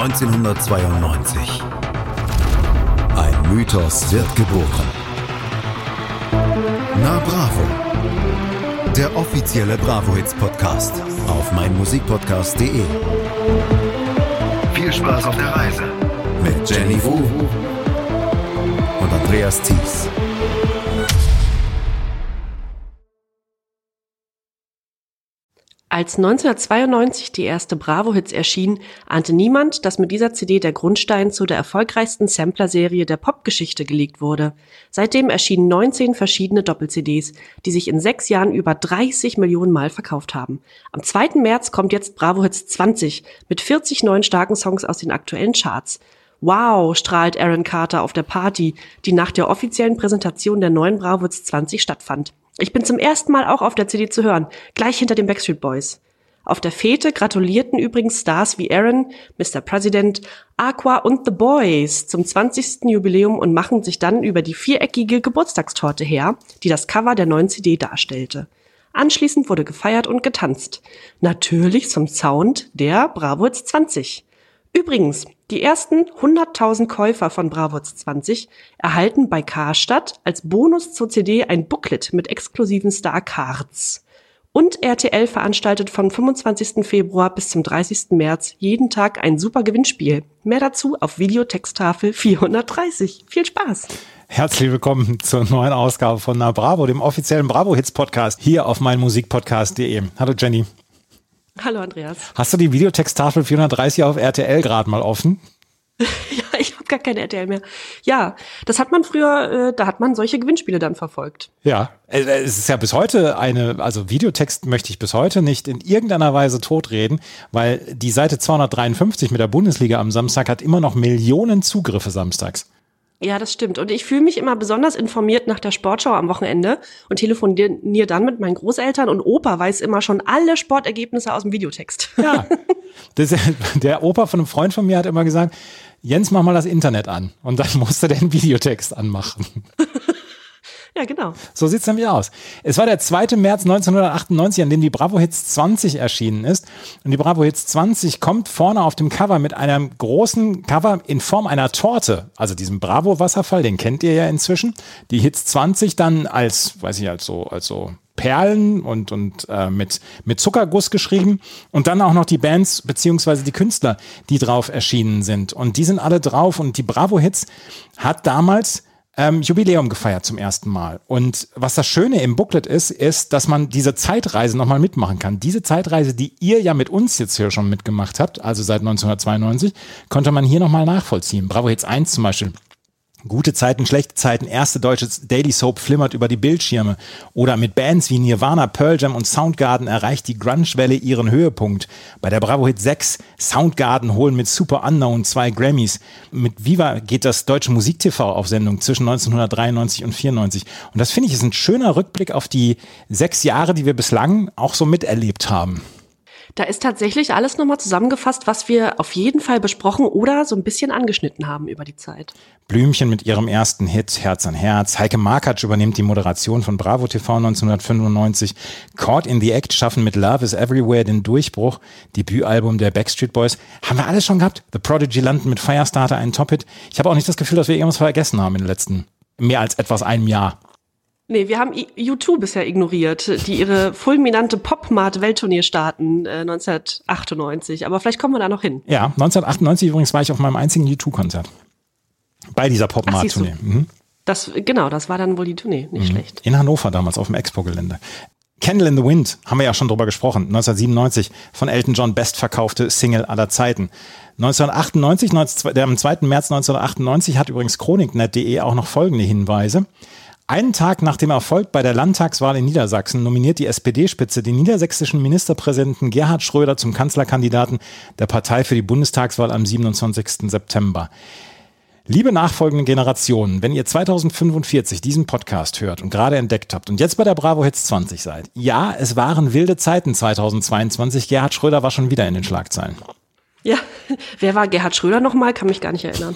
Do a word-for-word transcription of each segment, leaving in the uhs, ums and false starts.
neunzehnhundertzweiundneunzig. Ein Mythos wird geboren. Na Bravo. Der offizielle Bravo-Hits-Podcast auf meinmusikpodcast punkt de. Viel Spaß auf der Reise mit Jenny Wu und Andreas Thies. Als neunzehnhundertzweiundneunzig die erste Bravo-Hits erschien, ahnte niemand, dass mit dieser C D der Grundstein zu der erfolgreichsten Sampler-Serie der Popgeschichte gelegt wurde. Seitdem erschienen neunzehn verschiedene Doppel-C Ds, die sich in sechs Jahren über dreißig Millionen Mal verkauft haben. Am zweiten März kommt jetzt Bravo-Hits zwanzig mit vierzig neuen starken Songs aus den aktuellen Charts. Wow, strahlt Aaron Carter auf der Party, die nach der offiziellen Präsentation der neuen Bravo-Hits zwanzig stattfand. Ich bin zum ersten Mal auch auf der C D zu hören, gleich hinter den Backstreet Boys. Auf der Fete gratulierten übrigens Stars wie Aaron, Mister President, Aqua und The Boys zum zwanzigsten Jubiläum und machen sich dann über die viereckige Geburtstagstorte her, die das Cover der neuen C D darstellte. Anschließend wurde gefeiert und getanzt. Natürlich zum Sound der Bravo Hits zwanzig. Übrigens, die ersten hunderttausend Käufer von Bravo Hits zwanzig erhalten bei Karstadt als Bonus zur C D ein Booklet mit exklusiven Star-Cards. Und R T L veranstaltet vom fünfundzwanzigsten Februar bis zum dreißigsten März jeden Tag ein super Gewinnspiel. Mehr dazu auf Videotexttafel vierhundertdreißig. Viel Spaß! Herzlich willkommen zur neuen Ausgabe von Na Bravo, dem offiziellen Bravo-Hits-Podcast hier auf meinmusikpodcast punkt de. Hallo Jenny. Hallo Andreas. Hast du die Videotexttafel vierhundertdreißig auf R T L gerade mal offen? Ja, ich habe gar keine R T L mehr. Ja, das hat man früher, äh, da hat man solche Gewinnspiele dann verfolgt. Ja, es ist ja bis heute eine, also Videotext möchte ich bis heute nicht in irgendeiner Weise totreden, weil die Seite zweihundertdreiundfünfzig mit der Bundesliga am Samstag hat immer noch Millionen Zugriffe samstags. Ja, das stimmt. Und ich fühle mich immer besonders informiert nach der Sportschau am Wochenende und telefoniere dann mit meinen Großeltern und Opa weiß immer schon alle Sportergebnisse aus dem Videotext. Ja, das, der Opa von einem Freund von mir hat immer gesagt, Jens, mach mal das Internet an. Und dann musste der einen Videotext anmachen. Ja, genau. So sieht's nämlich aus. Es war der zweite März neunzehnhundertachtundneunzig, an dem die Bravo Hits zwanzig erschienen ist. Und die Bravo Hits zwanzig kommt vorne auf dem Cover mit einem großen Cover in Form einer Torte. Also diesem Bravo-Wasserfall, den kennt ihr ja inzwischen. Die Hits zwanzig dann als, weiß ich, als so, als so Perlen und, und äh, mit, mit Zuckerguss geschrieben. Und dann auch noch die Bands beziehungsweise die Künstler, die drauf erschienen sind. Und die sind alle drauf. Und die Bravo Hits hat damals Ähm, Jubiläum gefeiert zum ersten Mal. Und was das Schöne im Booklet ist, ist, dass man diese Zeitreise nochmal mitmachen kann. Diese Zeitreise, die ihr ja mit uns jetzt hier schon mitgemacht habt, also seit neunzehnhundertzweiundneunzig, konnte man hier nochmal nachvollziehen. Bravo Hits eins zum Beispiel. Gute Zeiten, schlechte Zeiten, erste deutsche Daily Soap flimmert über die Bildschirme. Oder mit Bands wie Nirvana, Pearl Jam und Soundgarden erreicht die Grunge-Welle ihren Höhepunkt. Bei der Bravo Hit sechs, Soundgarden holen mit Super Unknown zwei Grammys. Mit Viva geht das deutsche Musik-T V auf Sendung zwischen neunzehnhundertdreiundneunzig und vierundneunzig. Und das finde ich ist ein schöner Rückblick auf die sechs Jahre, die wir bislang auch so miterlebt haben. Da ist tatsächlich alles nochmal zusammengefasst, was wir auf jeden Fall besprochen oder so ein bisschen angeschnitten haben über die Zeit. Blümchen mit ihrem ersten Hit, Herz an Herz. Heike Markatsch übernimmt die Moderation von Bravo T V neunzehnhundertfünfundneunzig. Caught in the Act schaffen mit Love is Everywhere den Durchbruch. Debütalbum der Backstreet Boys. Haben wir alles schon gehabt? The Prodigy landen mit Firestarter einen Top-Hit. Ich habe auch nicht das Gefühl, dass wir irgendwas vergessen haben in den letzten mehr als etwas einem Jahr. Nee, wir haben U zwei bisher ignoriert, die ihre fulminante Pop-Mart-Welttournee starten äh, neunzehnhundertachtundneunzig. Aber vielleicht kommen wir da noch hin. Ja, neunzehnhundertachtundneunzig übrigens war ich auf meinem einzigen U zwei Konzert. Bei dieser Pop-Mart-Tournee. Mhm. Das, genau, das war dann wohl die Tournee, nicht mhm. schlecht. In Hannover damals auf dem Expo-Gelände. Candle in the Wind, haben wir ja schon drüber gesprochen, neunzehnhundertsiebenundneunzig von Elton John bestverkaufte Single aller Zeiten. neunzehnhundertachtundneunzig, am zweiten März neunzehnhundertachtundneunzig hat übrigens chronik punkt net punkt de auch noch folgende Hinweise. Einen Tag nach dem Erfolg bei der Landtagswahl in Niedersachsen nominiert die S P D-Spitze den niedersächsischen Ministerpräsidenten Gerhard Schröder zum Kanzlerkandidaten der Partei für die Bundestagswahl am siebenundzwanzigsten September. Liebe nachfolgende Generationen, wenn ihr zweitausendfünfundvierzig diesen Podcast hört und gerade entdeckt habt und jetzt bei der Bravo Hits zwanzig seid, ja, es waren wilde Zeiten zweitausendzweiundzwanzig. Gerhard Schröder war schon wieder in den Schlagzeilen. Ja, wer war Gerhard Schröder nochmal? Kann mich gar nicht erinnern.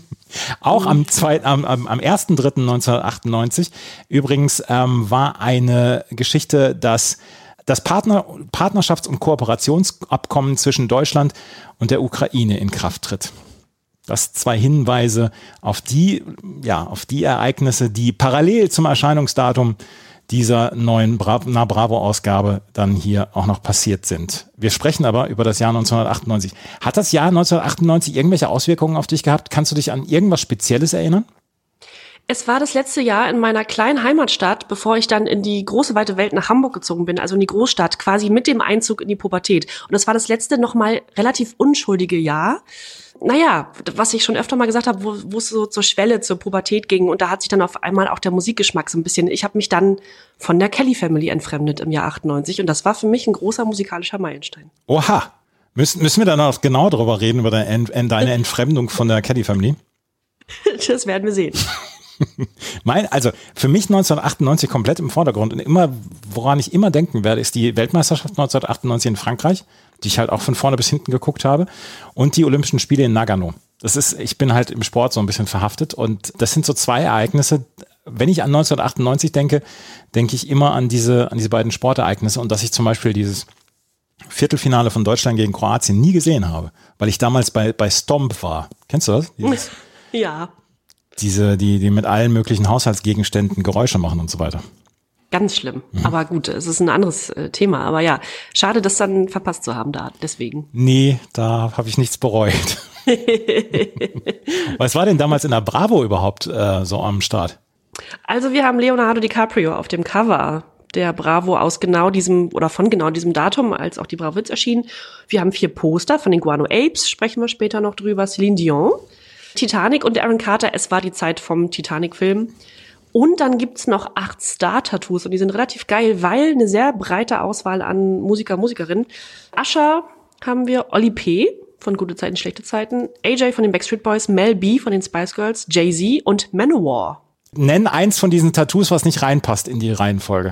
Auch am, zweiten, am, am, am ersten dritten neunzehnhundertachtundneunzig übrigens ähm, war eine Geschichte, dass das Partner, Partnerschafts- und Kooperationsabkommen zwischen Deutschland und der Ukraine in Kraft tritt. Das zwei Hinweise auf die, ja, auf die Ereignisse, die parallel zum Erscheinungsdatum dieser neuen Bra- Na Bravo-Ausgabe dann hier auch noch passiert sind. Wir sprechen aber über das Jahr neunzehnhundertachtundneunzig. Hat das Jahr neunzehnhundertachtundneunzig irgendwelche Auswirkungen auf dich gehabt? Kannst du dich an irgendwas Spezielles erinnern? Es war das letzte Jahr in meiner kleinen Heimatstadt, bevor ich dann in die große, weite Welt nach Hamburg gezogen bin, also in die Großstadt, quasi mit dem Einzug in die Pubertät. Und das war das letzte nochmal relativ unschuldige Jahr. Naja, was ich schon öfter mal gesagt habe, wo, wo es so zur Schwelle, zur Pubertät ging. Und da hat sich dann auf einmal auch der Musikgeschmack so ein bisschen, ich habe mich dann von der Kelly Family entfremdet im Jahr achtundneunzig. Und das war für mich ein großer musikalischer Meilenstein. Oha, müssen, müssen wir da noch genau drüber reden, über deine, deine Entfremdung von der Kelly Family? Das werden wir sehen. Mein, also für mich neunzehnhundertachtundneunzig komplett im Vordergrund und immer, woran ich immer denken werde, ist die Weltmeisterschaft neunzehnhundertachtundneunzig in Frankreich, die ich halt auch von vorne bis hinten geguckt habe, und die Olympischen Spiele in Nagano. Das ist, ich bin halt im Sport so ein bisschen verhaftet und das sind so zwei Ereignisse. Wenn ich an neunzehnhundertachtundneunzig denke, denke ich immer an diese, an diese beiden Sportereignisse und dass ich zum Beispiel dieses Viertelfinale von Deutschland gegen Kroatien nie gesehen habe, weil ich damals bei, bei Stomp war. Kennst du das? Dieses, ja. Diese, die, die mit allen möglichen Haushaltsgegenständen Geräusche machen und so weiter. Ganz schlimm. Mhm. Aber gut, es ist ein anderes äh, Thema. Aber ja, schade, das dann verpasst zu haben da, deswegen. Nee, da habe ich nichts bereut. Was war denn damals in der Bravo überhaupt äh, so am Start? Also wir haben Leonardo DiCaprio auf dem Cover der Bravo aus genau diesem oder von genau diesem Datum, als auch die Bravo Hits erschien. Wir haben vier Poster von den Guano Apes, sprechen wir später noch drüber, Celine Dion, Titanic und Aaron Carter, es war die Zeit vom Titanic-Film. Und dann gibt's noch acht Star-Tattoos und die sind relativ geil, weil eine sehr breite Auswahl an Musiker, Musikerinnen. Usher haben wir, Oli P. von Gute Zeiten, Schlechte Zeiten, A J von den Backstreet Boys, Mel B. von den Spice Girls, Jay-Z und Manowar. Nenn eins von diesen Tattoos, was nicht reinpasst in die Reihenfolge.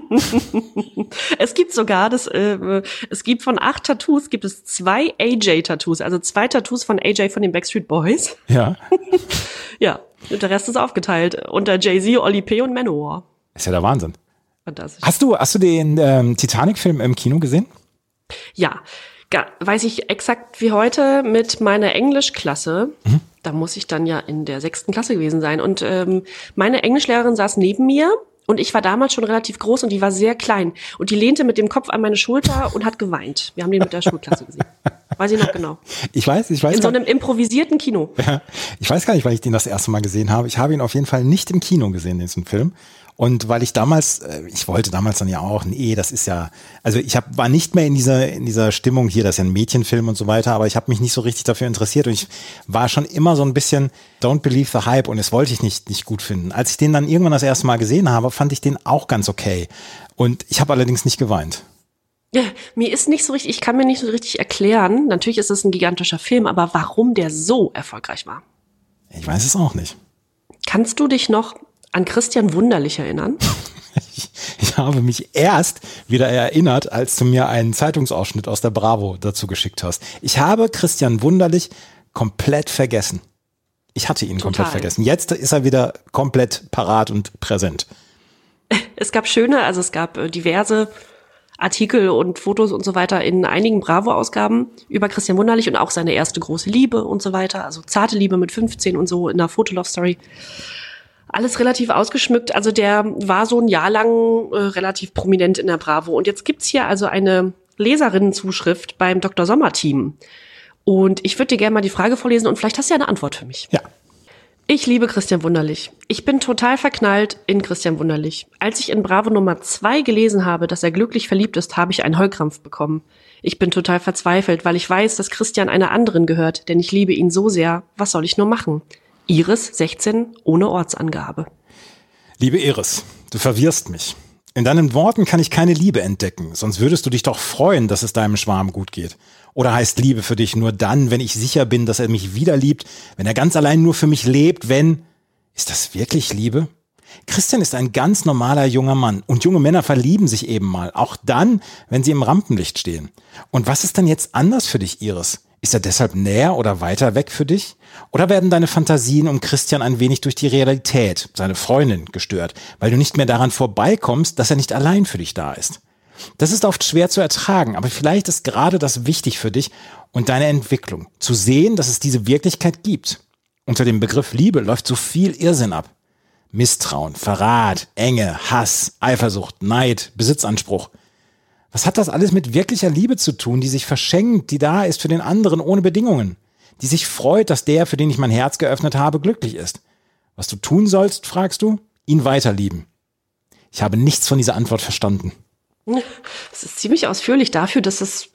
Es gibt sogar, das, äh, es gibt von acht Tattoos, gibt es zwei A J-Tattoos, also zwei Tattoos von A J von den Backstreet Boys. Ja. Ja, und der Rest ist aufgeteilt unter Jay-Z, Oli P. und Manowar. Ist ja der Wahnsinn. Fantastisch. Hast du, hast du den ähm, Titanic-Film im Kino gesehen? Ja, ga, weiß ich exakt wie heute mit meiner Englischklasse. Mhm. Da muss ich dann ja in der sechsten Klasse gewesen sein. Und ähm, meine Englischlehrerin saß neben mir und ich war damals schon relativ groß und die war sehr klein. Und die lehnte mit dem Kopf an meine Schulter und hat geweint. Wir haben den mit der Schulklasse gesehen. Weiß ich noch genau. Ich weiß, ich weiß. In so einem improvisierten Kino. Ja, ich weiß gar nicht, weil ich den das erste Mal gesehen habe. Ich habe ihn auf jeden Fall nicht im Kino gesehen, diesen Film. Und weil ich damals, ich wollte damals dann ja auch, nee, das ist ja, also ich hab, war nicht mehr in dieser in dieser Stimmung hier, das ist ja ein Mädchenfilm und so weiter, aber ich habe mich nicht so richtig dafür interessiert und ich war schon immer so ein bisschen don't believe the hype und das wollte ich nicht nicht gut finden. Als ich den dann irgendwann das erste Mal gesehen habe, fand ich den auch ganz okay und ich habe allerdings nicht geweint. Ja, mir ist nicht so richtig, ich kann mir nicht so richtig erklären, natürlich ist es ein gigantischer Film, aber warum der so erfolgreich war. Ich weiß es auch nicht. Kannst du dich noch an Christian Wunderlich erinnern? Ich, ich habe mich erst wieder erinnert, als du mir einen Zeitungsausschnitt aus der Bravo dazu geschickt hast. Ich habe Christian Wunderlich komplett vergessen. Ich hatte ihn Total. komplett vergessen. Jetzt ist er wieder komplett parat und präsent. Es gab schöne, also es gab diverse Artikel und Fotos und so weiter in einigen Bravo-Ausgaben über Christian Wunderlich und auch seine erste große Liebe und so weiter. Also zarte Liebe mit fünfzehn und so in der Fotolove-Story. Alles relativ ausgeschmückt. Also der war so ein Jahr lang äh, relativ prominent in der Bravo. Und jetzt gibt's hier also eine Leserinnenzuschrift beim Doktor Sommer-Team. Und ich würde dir gerne mal die Frage vorlesen und vielleicht hast du ja eine Antwort für mich. Ja. Ich liebe Christian Wunderlich. Ich bin total verknallt in Christian Wunderlich. Als ich in Bravo Nummer zwei gelesen habe, dass er glücklich verliebt ist, habe ich einen Heulkrampf bekommen. Ich bin total verzweifelt, weil ich weiß, dass Christian einer anderen gehört, denn ich liebe ihn so sehr. Was soll ich nur machen? Iris, sechzehn, ohne Ortsangabe. Liebe Iris, du verwirrst mich. In deinen Worten kann ich keine Liebe entdecken, sonst würdest du dich doch freuen, dass es deinem Schwarm gut geht. Oder heißt Liebe für dich nur dann, wenn ich sicher bin, dass er mich wieder liebt, wenn er ganz allein nur für mich lebt, wenn... Ist das wirklich Liebe? Christian ist ein ganz normaler junger Mann und junge Männer verlieben sich eben mal, auch dann, wenn sie im Rampenlicht stehen. Und was ist denn jetzt anders für dich, Iris? Ist er deshalb näher oder weiter weg für dich? Oder werden deine Fantasien um Christian ein wenig durch die Realität, seine Freundin, gestört, weil du nicht mehr daran vorbeikommst, dass er nicht allein für dich da ist? Das ist oft schwer zu ertragen, aber vielleicht ist gerade das wichtig für dich und deine Entwicklung. Zu sehen, dass es diese Wirklichkeit gibt. Unter dem Begriff Liebe läuft so viel Irrsinn ab. Misstrauen, Verrat, Enge, Hass, Eifersucht, Neid, Besitzanspruch. Was hat das alles mit wirklicher Liebe zu tun, die sich verschenkt, die da ist für den anderen ohne Bedingungen? Die sich freut, dass der, für den ich mein Herz geöffnet habe, glücklich ist. Was du tun sollst, fragst du? Ihn weiterlieben. Ich habe nichts von dieser Antwort verstanden. Das ist ziemlich ausführlich dafür, dass es,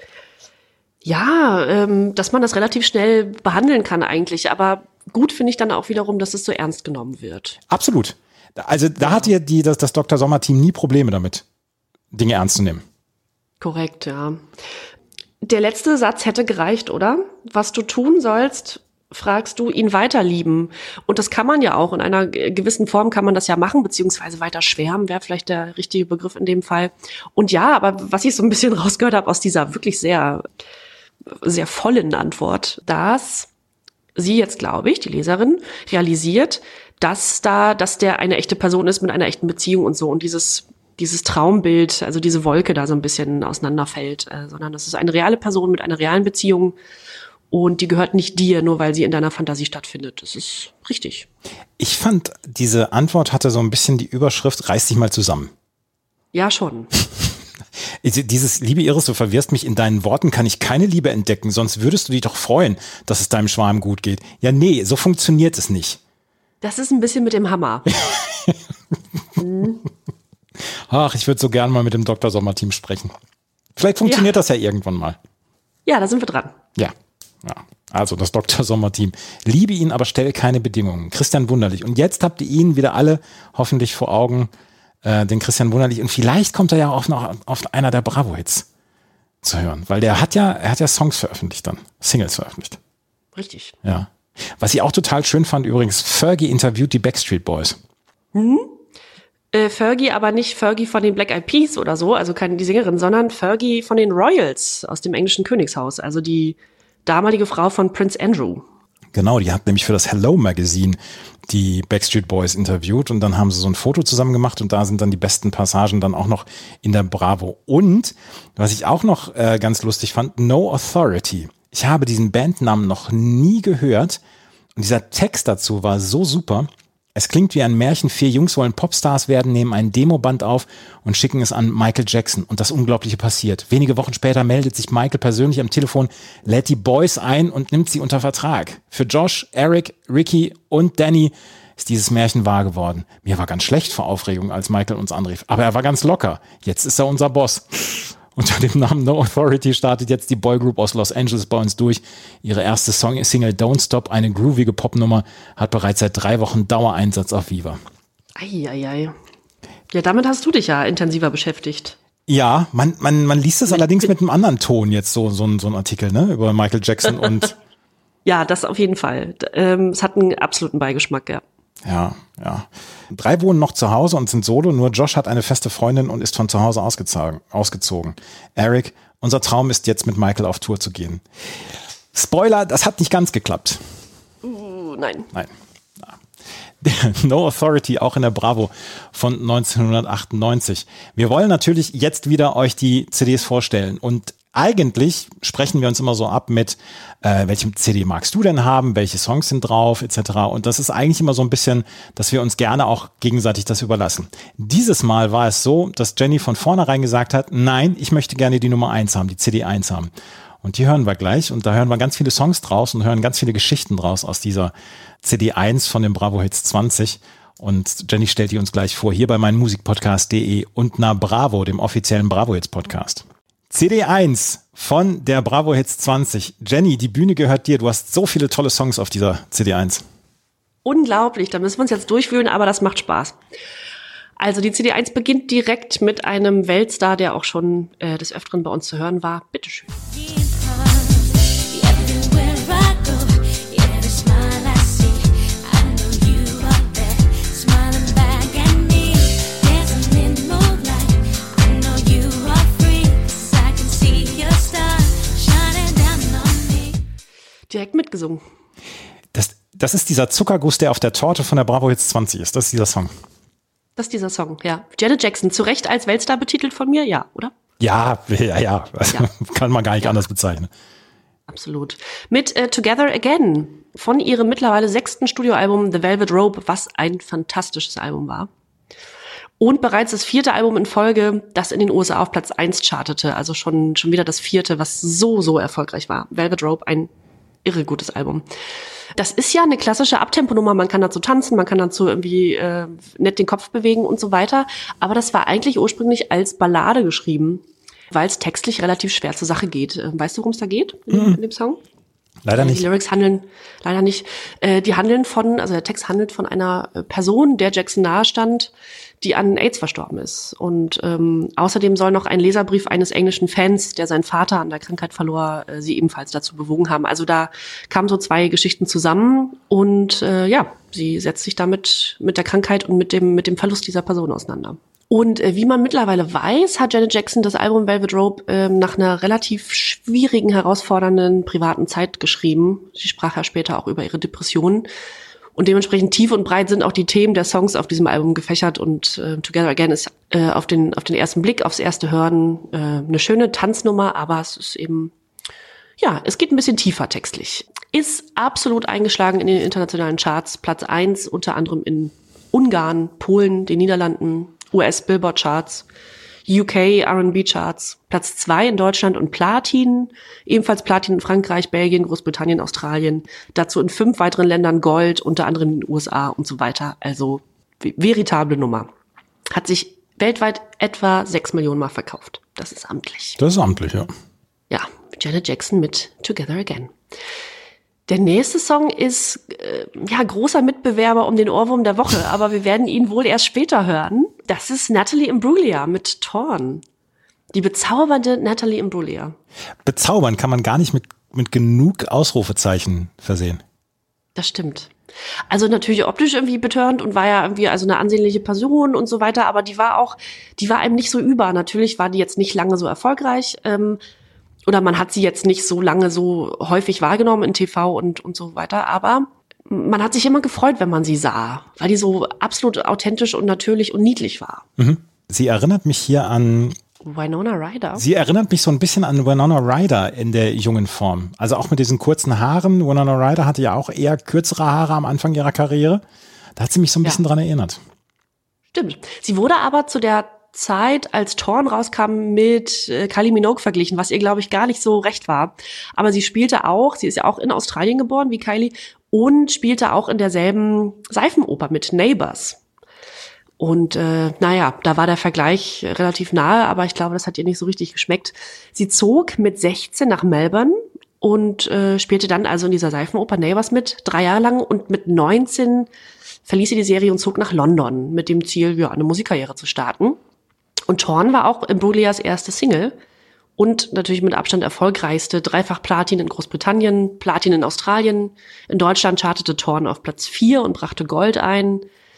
ja, ähm, dass man das relativ schnell behandeln kann eigentlich. Aber gut finde ich dann auch wiederum, dass es so ernst genommen wird. Absolut. Also da ja. hat ja die, das, das Doktor Sommer-Team nie Probleme damit, Dinge ernst zu nehmen. Korrekt, ja. Der letzte Satz hätte gereicht, oder? Was du tun sollst, fragst du, ihn weiterlieben. Und das kann man ja auch. In einer gewissen Form kann man das ja machen, beziehungsweise weiter schwärmen, wäre vielleicht der richtige Begriff in dem Fall. Und ja, aber was ich so ein bisschen rausgehört habe aus dieser wirklich sehr, sehr vollen Antwort, dass sie jetzt, glaube ich, die Leserin, realisiert, dass da, dass der eine echte Person ist mit einer echten Beziehung und so. Und dieses dieses Traumbild, also diese Wolke da so ein bisschen auseinanderfällt, äh, sondern das ist eine reale Person mit einer realen Beziehung und die gehört nicht dir, nur weil sie in deiner Fantasie stattfindet. Das ist richtig. Ich fand, diese Antwort hatte so ein bisschen die Überschrift, reiß dich mal zusammen. Ja, schon. Dieses, liebe Iris, du verwirrst mich, in deinen Worten kann ich keine Liebe entdecken, sonst würdest du dich doch freuen, dass es deinem Schwarm gut geht. Ja, nee, so funktioniert es nicht. Das ist ein bisschen mit dem Hammer. hm. Ach, ich würde so gern mal mit dem Doktor Sommer-Team sprechen. Vielleicht funktioniert ja. das ja irgendwann mal. Ja, da sind wir dran. Ja, ja. Also das Doktor Sommer-Team. Liebe ihn, aber stelle keine Bedingungen. Christian Wunderlich. Und jetzt habt ihr ihn wieder alle hoffentlich vor Augen, äh, den Christian Wunderlich. Und vielleicht kommt er ja auch noch auf einer der Bravo-Hits zu hören. Weil der hat ja, er hat ja Songs veröffentlicht dann. Singles veröffentlicht. Richtig. Ja. Was ich auch total schön fand übrigens, Fergie interviewt die Backstreet Boys. Mhm. Äh, Fergie, aber nicht Fergie von den Black Eyed Peas oder so, also keine die Sängerin, sondern Fergie von den Royals aus dem englischen Königshaus, also die damalige Frau von Prince Andrew. Genau, die hat nämlich für das Hello Magazine die Backstreet Boys interviewt und dann haben sie so ein Foto zusammen gemacht und da sind dann die besten Passagen dann auch noch in der Bravo. Und, was ich auch noch äh, ganz lustig fand, No Authority. Ich habe diesen Bandnamen noch nie gehört und dieser Text dazu war so super. Es klingt wie ein Märchen, vier Jungs wollen Popstars werden, nehmen ein Demoband auf und schicken es an Michael Jackson. Und das Unglaubliche passiert. Wenige Wochen später meldet sich Michael persönlich am Telefon, lädt die Boys ein und nimmt sie unter Vertrag. Für Josh, Eric, Ricky und Danny ist dieses Märchen wahr geworden. Mir war ganz schlecht vor Aufregung, als Michael uns anrief. Aber er war ganz locker. Jetzt ist er unser Boss. Unter dem Namen No Authority startet jetzt die Boygroup aus Los Angeles bei uns durch. Ihre erste Song Single Don't Stop, eine groovige Popnummer, hat bereits seit drei Wochen Dauereinsatz auf Viva. Eieiei. Ja, damit hast du dich ja intensiver beschäftigt. Ja, man, man, man liest es mit, allerdings mit einem anderen Ton jetzt, so, so, ein, so ein Artikel, ne, über Michael Jackson und. Ja, das auf jeden Fall. Ähm, es hat einen absoluten Beigeschmack, ja. Ja, ja. Drei wohnen noch zu Hause und sind solo, nur Josh hat eine feste Freundin und ist von zu Hause ausgezogen. Eric, unser Traum ist jetzt mit Michael auf Tour zu gehen. Spoiler, das hat nicht ganz geklappt. Uh, nein. Nein. No Authority, auch in der Bravo von neunzehnhundertachtundneunzig. Wir wollen natürlich jetzt wieder euch die C Ds vorstellen und eigentlich sprechen wir uns immer so ab mit, äh, welche C D magst du denn haben, welche Songs sind drauf, et cetera. Und das ist eigentlich immer so ein bisschen, dass wir uns gerne auch gegenseitig das überlassen. Dieses Mal war es so, dass Jenny von vornherein gesagt hat, nein, ich möchte gerne die Nummer eins haben, die C D eins haben. Und die hören wir gleich und da hören wir ganz viele Songs draus und hören ganz viele Geschichten draus aus dieser C D eins von den Bravo Hits zwanzig. Und Jenny stellt die uns gleich vor, hier bei meinmusikpodcast punkt de und na Bravo, dem offiziellen Bravo Hits Podcast. C D eins von der Bravo Hits zwanzig. Jenny, die Bühne gehört dir. Du hast so viele tolle Songs auf dieser C D eins. Unglaublich, da müssen wir uns jetzt durchwühlen, aber das macht Spaß. Also die C D eins beginnt direkt mit einem Weltstar, der auch schon äh, des Öfteren bei uns zu hören war. Bitteschön. Direkt mitgesungen. Das, das ist dieser Zuckerguss, der auf der Torte von der Bravo Hits zwanzig ist. Das ist dieser Song. Das ist dieser Song, ja. Janet Jackson, zu Recht als Weltstar betitelt von mir, ja, oder? Ja, ja, ja. Also, ja. Kann man gar nicht ja. anders bezeichnen. Absolut. Mit äh, Together Again von ihrem mittlerweile sechsten Studioalbum The Velvet Rope, was ein fantastisches Album war. Und bereits das vierte Album in Folge, das in den U S A auf Platz eins chartete. Also schon, schon wieder das vierte, was so, so erfolgreich war. Velvet Rope, ein irre gutes Album. Das ist ja eine klassische Abtemponummer. Man kann dazu tanzen, man kann dazu irgendwie äh, nett den Kopf bewegen und so weiter. Aber das war eigentlich ursprünglich als Ballade geschrieben, weil es textlich relativ schwer zur Sache geht. Weißt du, worum es da geht in, mhm. in dem Song? Leider nicht. Die Lyrics handeln, leider nicht. Äh, die handeln von, also der Text handelt von einer Person, der Jackson nahestand, die an AIDS verstorben ist. Und ähm, außerdem soll noch ein Leserbrief eines englischen Fans, der seinen Vater an der Krankheit verlor, äh, sie ebenfalls dazu bewogen haben. Also da kamen so zwei Geschichten zusammen und äh, ja, sie setzt sich damit mit der Krankheit und mit dem mit dem Verlust dieser Person auseinander. Und äh, wie man mittlerweile weiß, hat Janet Jackson das Album Velvet Rope äh, nach einer relativ schwierigen, herausfordernden privaten Zeit geschrieben. Sie sprach ja später auch über ihre Depressionen. Und dementsprechend tief und breit sind auch die Themen der Songs auf diesem Album gefächert. Und äh, Together Again ist äh, auf den auf den ersten Blick, aufs erste Hören äh, eine schöne Tanznummer, aber es ist eben, ja, es geht ein bisschen tiefer textlich. Ist absolut eingeschlagen in den internationalen Charts. Platz eins, unter anderem in Ungarn, Polen, den Niederlanden, U S-Billboard-Charts, U K R and B-Charts, Platz zwei in Deutschland und Platin, ebenfalls Platin in Frankreich, Belgien, Großbritannien, Australien, dazu in fünf weiteren Ländern Gold, unter anderem in den U S A und so weiter. Also veritable Nummer. Hat sich weltweit etwa sechs Millionen Mal verkauft. Das ist amtlich. Das ist amtlich, ja. Ja, Janet Jackson mit Together Again. Der nächste Song ist äh, ja großer Mitbewerber um den Ohrwurm der Woche, aber wir werden ihn wohl erst später hören. Das ist Natalie Imbruglia mit Torn. Die bezaubernde Natalie Imbruglia. Bezaubern kann man gar nicht mit, mit genug Ausrufezeichen versehen. Das stimmt. Also natürlich optisch irgendwie betörend und war ja irgendwie also eine ansehnliche Person und so weiter, aber die war auch, die war einem nicht so über. Natürlich war die jetzt nicht lange so erfolgreich, ähm, oder man hat sie jetzt nicht so lange so häufig wahrgenommen in T V und und so weiter, aber man hat sich immer gefreut, wenn man sie sah, weil die so absolut authentisch und natürlich und niedlich war. Mhm. Sie erinnert mich hier an Winona Ryder. Sie erinnert mich so ein bisschen an Winona Ryder in der jungen Form. Also auch mit diesen kurzen Haaren. Winona Ryder hatte ja auch eher kürzere Haare am Anfang ihrer Karriere. Da hat sie mich so ein bisschen ja. dran erinnert. Stimmt. Sie wurde aber zu der Zeit, als Torn rauskam, mit äh, Kylie Minogue verglichen, was ihr, glaube ich, gar nicht so recht war. Aber sie spielte auch, sie ist ja auch in Australien geboren, wie Kylie, und spielte auch in derselben Seifenoper mit Neighbours. Und äh, naja, da war der Vergleich relativ nahe, aber ich glaube, das hat ihr nicht so richtig geschmeckt. Sie zog mit sechzehn nach Melbourne und äh, spielte dann also in dieser Seifenoper Neighbours mit, drei Jahre lang, und mit neunzehn verließ sie die Serie und zog nach London mit dem Ziel, ja, eine Musikkarriere zu starten. Und Torn war auch Imbruglias erste Single und natürlich mit Abstand erfolgreichste. Dreifach Platin in Großbritannien, Platin in Australien. In Deutschland chartete Torn auf Platz vier und brachte Gold ein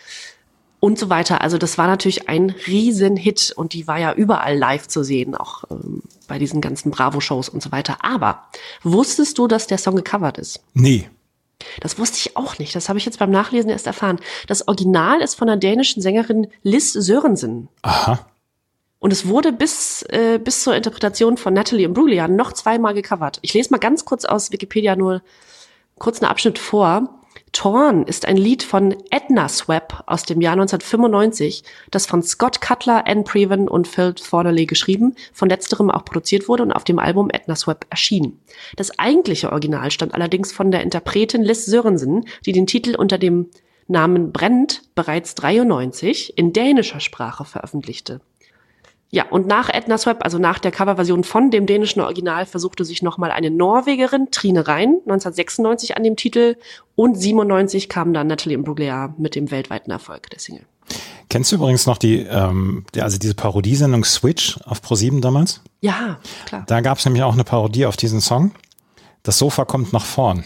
und so weiter. Also das war natürlich ein Riesenhit und die war ja überall live zu sehen, auch ähm, bei diesen ganzen Bravo-Shows und so weiter. Aber wusstest du, dass der Song gecovert ist? Nee. Das wusste ich auch nicht. Das habe ich jetzt beim Nachlesen erst erfahren. Das Original ist von der dänischen Sängerin Liz Sørensen. Aha. Und es wurde bis äh, bis zur Interpretation von Natalie Imbruglia noch zweimal gecovert. Ich lese mal ganz kurz aus Wikipedia nur kurz einen Abschnitt vor. Torn ist ein Lied von Edna Swapp aus dem Jahr neunzehnhundertfünfundneunzig, das von Scott Cutler, Anne Preven und Phil Thornley geschrieben, von letzterem auch produziert wurde und auf dem Album Edna Swapp erschien. Das eigentliche Original stammt allerdings von der Interpretin Liz Sørensen, die den Titel unter dem Namen Brent bereits dreiundneunzig in dänischer Sprache veröffentlichte. Ja, und nach Edna Swapp, also nach der Coverversion von dem dänischen Original, versuchte sich nochmal eine Norwegerin, Trine Rein, neunzehnhundertsechsundneunzig an dem Titel, und siebenundneunzig kam dann Natalie Imbruglia mit dem weltweiten Erfolg der Single. Kennst du übrigens noch die, ähm, die also diese Parodiesendung Switch auf ProSieben damals? Ja, klar. Da gab es nämlich auch eine Parodie auf diesen Song. Das Sofa kommt nach vorn.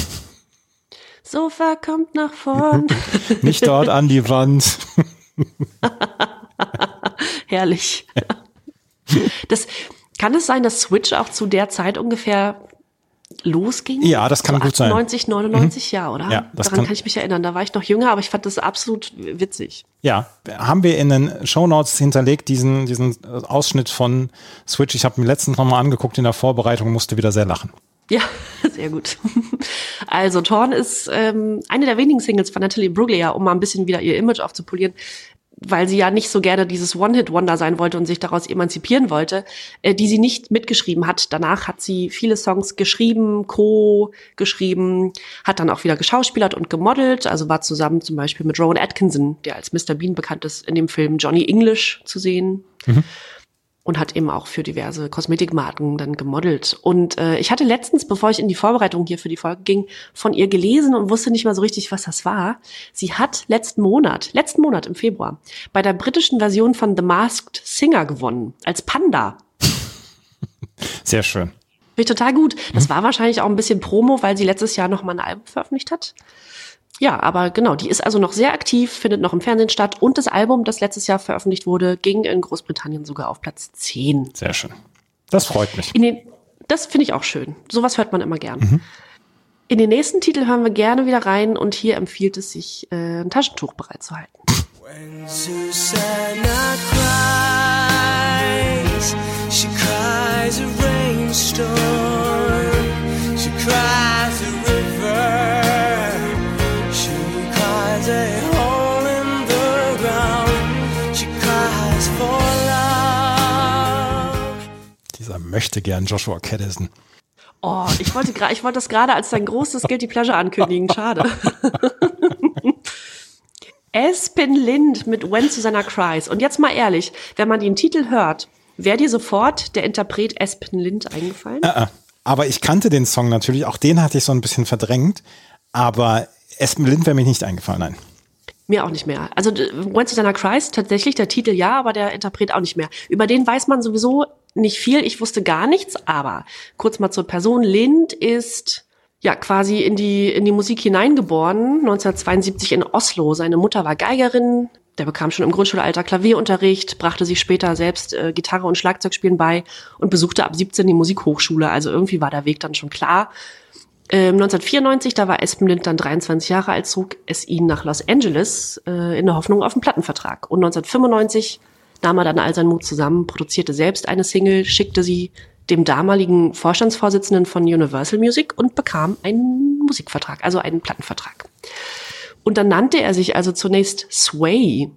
Sofa kommt nach vorn. Nicht dort an die Wand. Herrlich. Das, kann es sein, dass Switch auch zu der Zeit ungefähr losging. Ja, das kann so gut sein. achtundneunzig, neunundneunzig, mhm. ja, oder? Ja, das Daran kann, kann ich mich erinnern. Da war ich noch jünger, aber ich fand das absolut witzig. Ja, haben wir in den Shownotes hinterlegt, diesen, diesen Ausschnitt von Switch. Ich habe mir letztens nochmal angeguckt in der Vorbereitung und musste wieder sehr lachen. Ja, sehr gut. Also Torn ist ähm, eine der wenigen Singles von Natalie Imbruglia, um mal ein bisschen wieder ihr Image aufzupolieren, weil sie ja nicht so gerne dieses One-Hit-Wonder sein wollte und sich daraus emanzipieren wollte, äh, die sie nicht mitgeschrieben hat. Danach hat sie viele Songs geschrieben, co-geschrieben, hat dann auch wieder geschauspielert und gemodelt, also war zusammen zum Beispiel mit Rowan Atkinson, der als Mister Bean bekannt ist, in dem Film Johnny English zu sehen. Mhm. Und hat eben auch für diverse Kosmetikmarken dann gemodelt. Und äh, ich hatte letztens, bevor ich in die Vorbereitung hier für die Folge ging, von ihr gelesen und wusste nicht mal so richtig, was das war. Sie hat letzten Monat, letzten Monat im Februar, bei der britischen Version von The Masked Singer gewonnen, als Panda. Sehr schön. Finde ich total gut. Das war wahrscheinlich auch ein bisschen Promo, weil sie letztes Jahr noch mal ein Album veröffentlicht hat. Ja, aber genau, die ist also noch sehr aktiv, findet noch im Fernsehen statt und das Album, das letztes Jahr veröffentlicht wurde, ging in Großbritannien sogar auf Platz zehn. Sehr schön. Das freut mich. In den, das finde ich auch schön. Sowas hört man immer gern. Mhm. In den nächsten Titel hören wir gerne wieder rein und hier empfiehlt es sich, äh, ein Taschentuch bereitzuhalten. When Susanna cries, she cries a rainstorm, she cries a river. A hole in the ground. She cries for love. Dieser möchte gern Joshua Caddison. Oh, ich wollte, ich wollte das gerade als dein großes Guilty Pleasure ankündigen. Schade. Espen Lind mit When Susanna Cries. Und jetzt mal ehrlich, wenn man den Titel hört, wäre dir sofort der Interpret Espen Lind eingefallen? Äh, äh. Aber ich kannte den Song natürlich, auch den hatte ich so ein bisschen verdrängt, aber Espen Lind wäre mir nicht eingefallen, nein. Mir auch nicht mehr. Also When Susanna Cries, tatsächlich der Titel ja, aber der Interpret auch nicht mehr. Über den weiß man sowieso nicht viel. Ich wusste gar nichts, aber kurz mal zur Person. Lind ist ja quasi in die in die Musik hineingeboren, neunzehnhundertzweiundsiebzig in Oslo. Seine Mutter war Geigerin, der bekam schon im Grundschulalter Klavierunterricht, brachte sich später selbst äh, Gitarre und Schlagzeugspielen bei und besuchte ab siebzehn die Musikhochschule. Also irgendwie war der Weg dann schon klar. Ähm, neunzehnhundertvierundneunzig, da war Espen Lind dann dreiundzwanzig Jahre alt, zog es ihn nach Los Angeles äh, in der Hoffnung auf einen Plattenvertrag. Und neunzehnhundertfünfundneunzig nahm er dann all seinen Mut zusammen, produzierte selbst eine Single, schickte sie dem damaligen Vorstandsvorsitzenden von Universal Music und bekam einen Musikvertrag, also einen Plattenvertrag. Und dann nannte er sich also zunächst Sway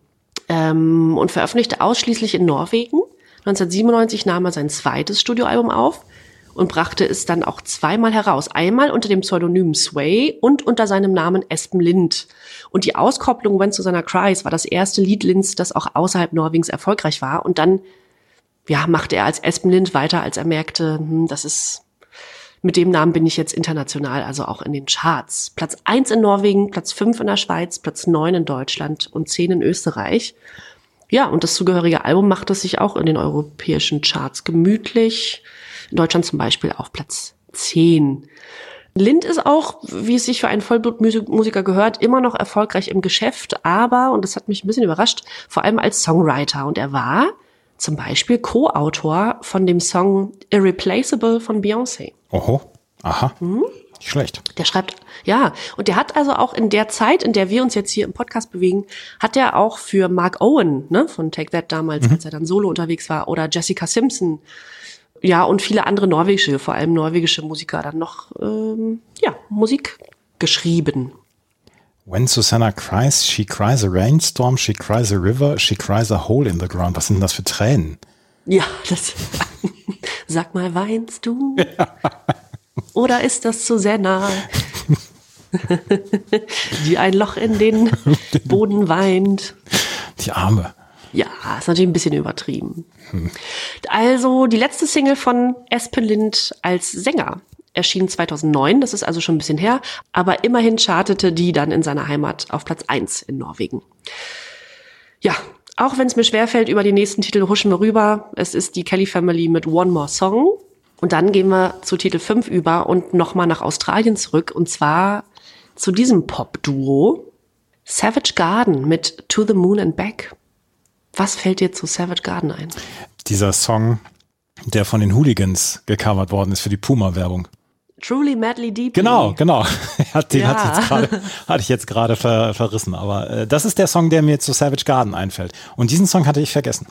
ähm, und veröffentlichte ausschließlich in Norwegen. neunzehnhundertsiebenundneunzig nahm er sein zweites Studioalbum auf und brachte es dann auch zweimal heraus. Einmal unter dem Pseudonym Sway und unter seinem Namen Espen Lind. Und die Auskopplung When Susanna Cries war das erste Lied Linds, das auch außerhalb Norwegens erfolgreich war. Und dann ja, machte er als Espen Lind weiter, als er merkte, hm, das ist, mit dem Namen bin ich jetzt international, also auch in den Charts. Platz eins in Norwegen, Platz fünf in der Schweiz, Platz neun in Deutschland und zehn in Österreich. Ja, und das zugehörige Album machte es sich auch in den europäischen Charts gemütlich. In Deutschland zum Beispiel auf Platz zehn. Lind ist auch, wie es sich für einen Vollblutmusiker gehört, immer noch erfolgreich im Geschäft, aber, und das hat mich ein bisschen überrascht, vor allem als Songwriter. Und er war zum Beispiel Co-Autor von dem Song Irreplaceable von Beyoncé. Oho, aha, hm? Nicht schlecht. Der schreibt, ja, und der hat also auch in der Zeit, in der wir uns jetzt hier im Podcast bewegen, hat er auch für Mark Owen, ne, von Take That damals, mhm. als er dann solo unterwegs war, oder Jessica Simpson, ja, und viele andere norwegische, vor allem norwegische Musiker dann noch, ähm, ja, Musik geschrieben. When Susanna cries, she cries a rainstorm, she cries a river, she cries a hole in the ground. Was sind denn das für Tränen? Ja, das, sag mal, weinst du? Ja. Oder ist das Susanna, die ein Loch in den Boden weint? Die Arme. Ja, ist natürlich ein bisschen übertrieben. Hm. Also die letzte Single von Espen Lind als Sänger erschien zweitausendneun, das ist also schon ein bisschen her, aber immerhin chartete die dann in seiner Heimat auf Platz eins in Norwegen. Ja, auch wenn es mir schwerfällt, über die nächsten Titel huschen wir rüber. Es ist die Kelly Family mit One More Song. Und dann gehen wir zu Titel fünf über und nochmal nach Australien zurück. Und zwar zu diesem Pop-Duo Savage Garden mit To the Moon and Back. Was fällt dir zu Savage Garden ein? Dieser Song, der von den Hooligans gecovert worden ist für die Puma-Werbung. Truly, Madly, Deeply. Genau, genau. Den Ja. hat jetzt grade, hatte ich jetzt gerade ver, verrissen. Aber äh, das ist der Song, der mir zu Savage Garden einfällt. Und diesen Song hatte ich vergessen.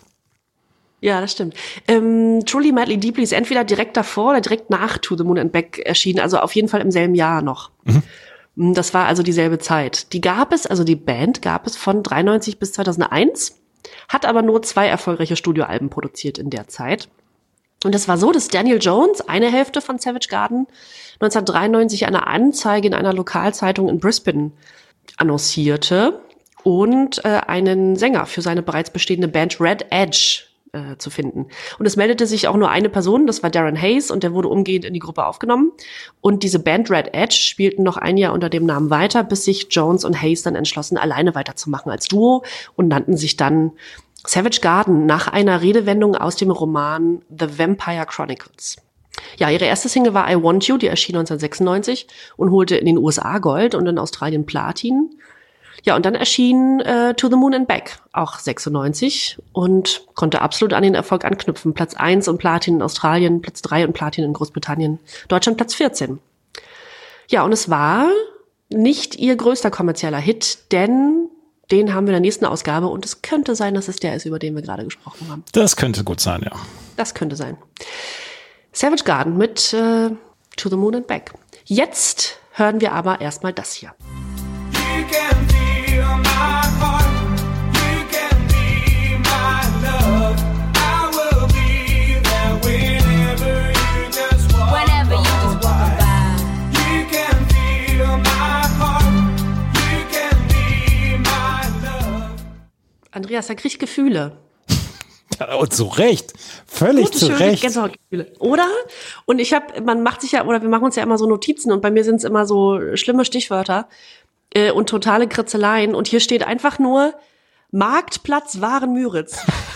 Ja, das stimmt. Ähm, Truly, Madly, Deeply ist entweder direkt davor oder direkt nach To the Moon and Back erschienen, also auf jeden Fall im selben Jahr noch. Mhm. Das war also dieselbe Zeit. Die gab es, also die Band gab es von dreiundneunzig bis zweitausendeins, hat aber nur zwei erfolgreiche Studioalben produziert in der Zeit. Und es war so, dass Daniel Jones, eine Hälfte von Savage Garden, neunzehnhundertdreiundneunzig eine Anzeige in einer Lokalzeitung in Brisbane annoncierte und äh, einen Sänger für seine bereits bestehende Band Red Edge äh, zu finden. Und es meldete sich auch nur eine Person, das war Darren Hayes, und der wurde umgehend in die Gruppe aufgenommen. Und diese Band Red Edge spielten noch ein Jahr unter dem Namen weiter, bis sich Jones und Hayes dann entschlossen, alleine weiterzumachen als Duo und nannten sich dann Savage Garden nach einer Redewendung aus dem Roman The Vampire Chronicles. Ja, ihre erste Single war I Want You, die erschien neunzehnhundertsechsundneunzig und holte in den U S A Gold und in Australien Platin. Ja, und dann erschien äh, To the Moon and Back, auch sechsundneunzig, und konnte absolut an den Erfolg anknüpfen. Platz eins und Platin in Australien, Platz drei und Platin in Großbritannien, Deutschland Platz vierzehn. Ja, und es war nicht ihr größter kommerzieller Hit, denn den haben wir in der nächsten Ausgabe und es könnte sein, dass es der ist, über den wir gerade gesprochen haben. Das könnte gut sein, ja. Das könnte sein. Savage Garden mit äh, To the Moon and Back. Jetzt hören wir aber erstmal das hier. You can feel my heart. You can be my love. I will be there whenever you just walk Whenever you just walk by. You can feel my heart. You can be my love. Andreas, da krieg ich Gefühle. Und zu Recht. Völlig Gute, zu schöne Recht. Gänsehautgefühle. Oder? Und ich habe, man macht sich ja, oder wir machen uns ja immer so Notizen und bei mir sind es immer so schlimme Stichwörter äh, und totale Kritzeleien und hier steht einfach nur Marktplatz Waren-Müritz.